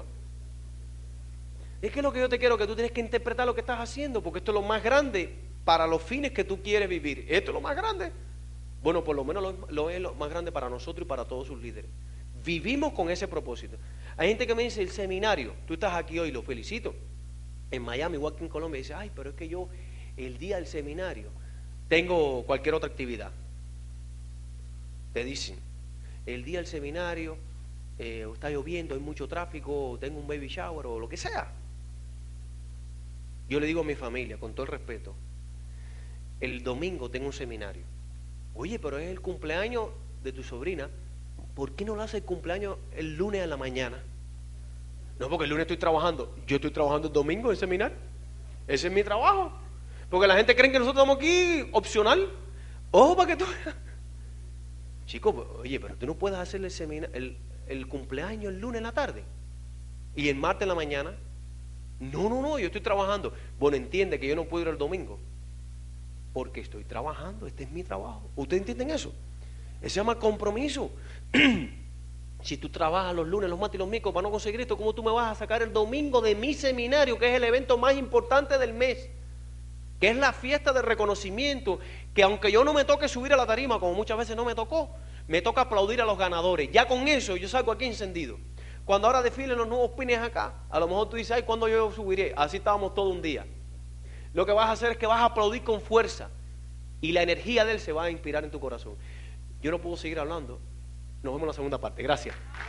Es que lo que yo te quiero que tú tienes que interpretar lo que estás haciendo, porque esto es lo más grande para los fines que tú quieres vivir. Esto es lo más grande. Bueno, por lo menos lo es lo más grande para nosotros y para todos sus líderes. Vivimos con ese propósito. Hay gente que me dice, el seminario, tú estás aquí hoy, lo felicito. En Miami, igual que en Colombia, dice, ay, pero es que yo, el día del seminario, tengo cualquier otra actividad. Te dicen, el día del seminario, está lloviendo, hay mucho tráfico, tengo un baby shower o lo que sea. Yo le digo a mi familia, con todo el respeto, el domingo tengo un seminario. Oye, pero es el cumpleaños de tu sobrina. ¿Por qué no lo hace el cumpleaños el lunes a la mañana? No, porque el lunes estoy trabajando. Yo estoy trabajando el domingo en el seminario. Ese es mi trabajo. Porque la gente cree que nosotros estamos aquí opcional. Ojo, para que tú... Chicos, oye, pero tú no puedes hacer el cumpleaños el lunes en la tarde y el martes en la mañana. No, yo estoy trabajando. Bueno, entiende que yo no puedo ir el domingo porque estoy trabajando, este es mi trabajo. ¿Ustedes entienden eso? Eso se llama compromiso. Si tú trabajas los lunes, los martes y los miércoles para no conseguir esto, ¿cómo tú me vas a sacar el domingo de mi seminario, que es el evento más importante del mes? Que es la fiesta de reconocimiento, que aunque yo no me toque subir a la tarima, como muchas veces no me tocó, me toca aplaudir a los ganadores. Ya con eso yo salgo aquí encendido. Cuando ahora desfilen los nuevos pines acá, a lo mejor tú dices, ay, ¿cuándo yo subiré? Así estábamos todo un día. Lo que vas a hacer es que vas a aplaudir con fuerza. y la energía de Él se va a inspirar en tu corazón. Yo no puedo seguir hablando. Nos vemos en la segunda parte. Gracias.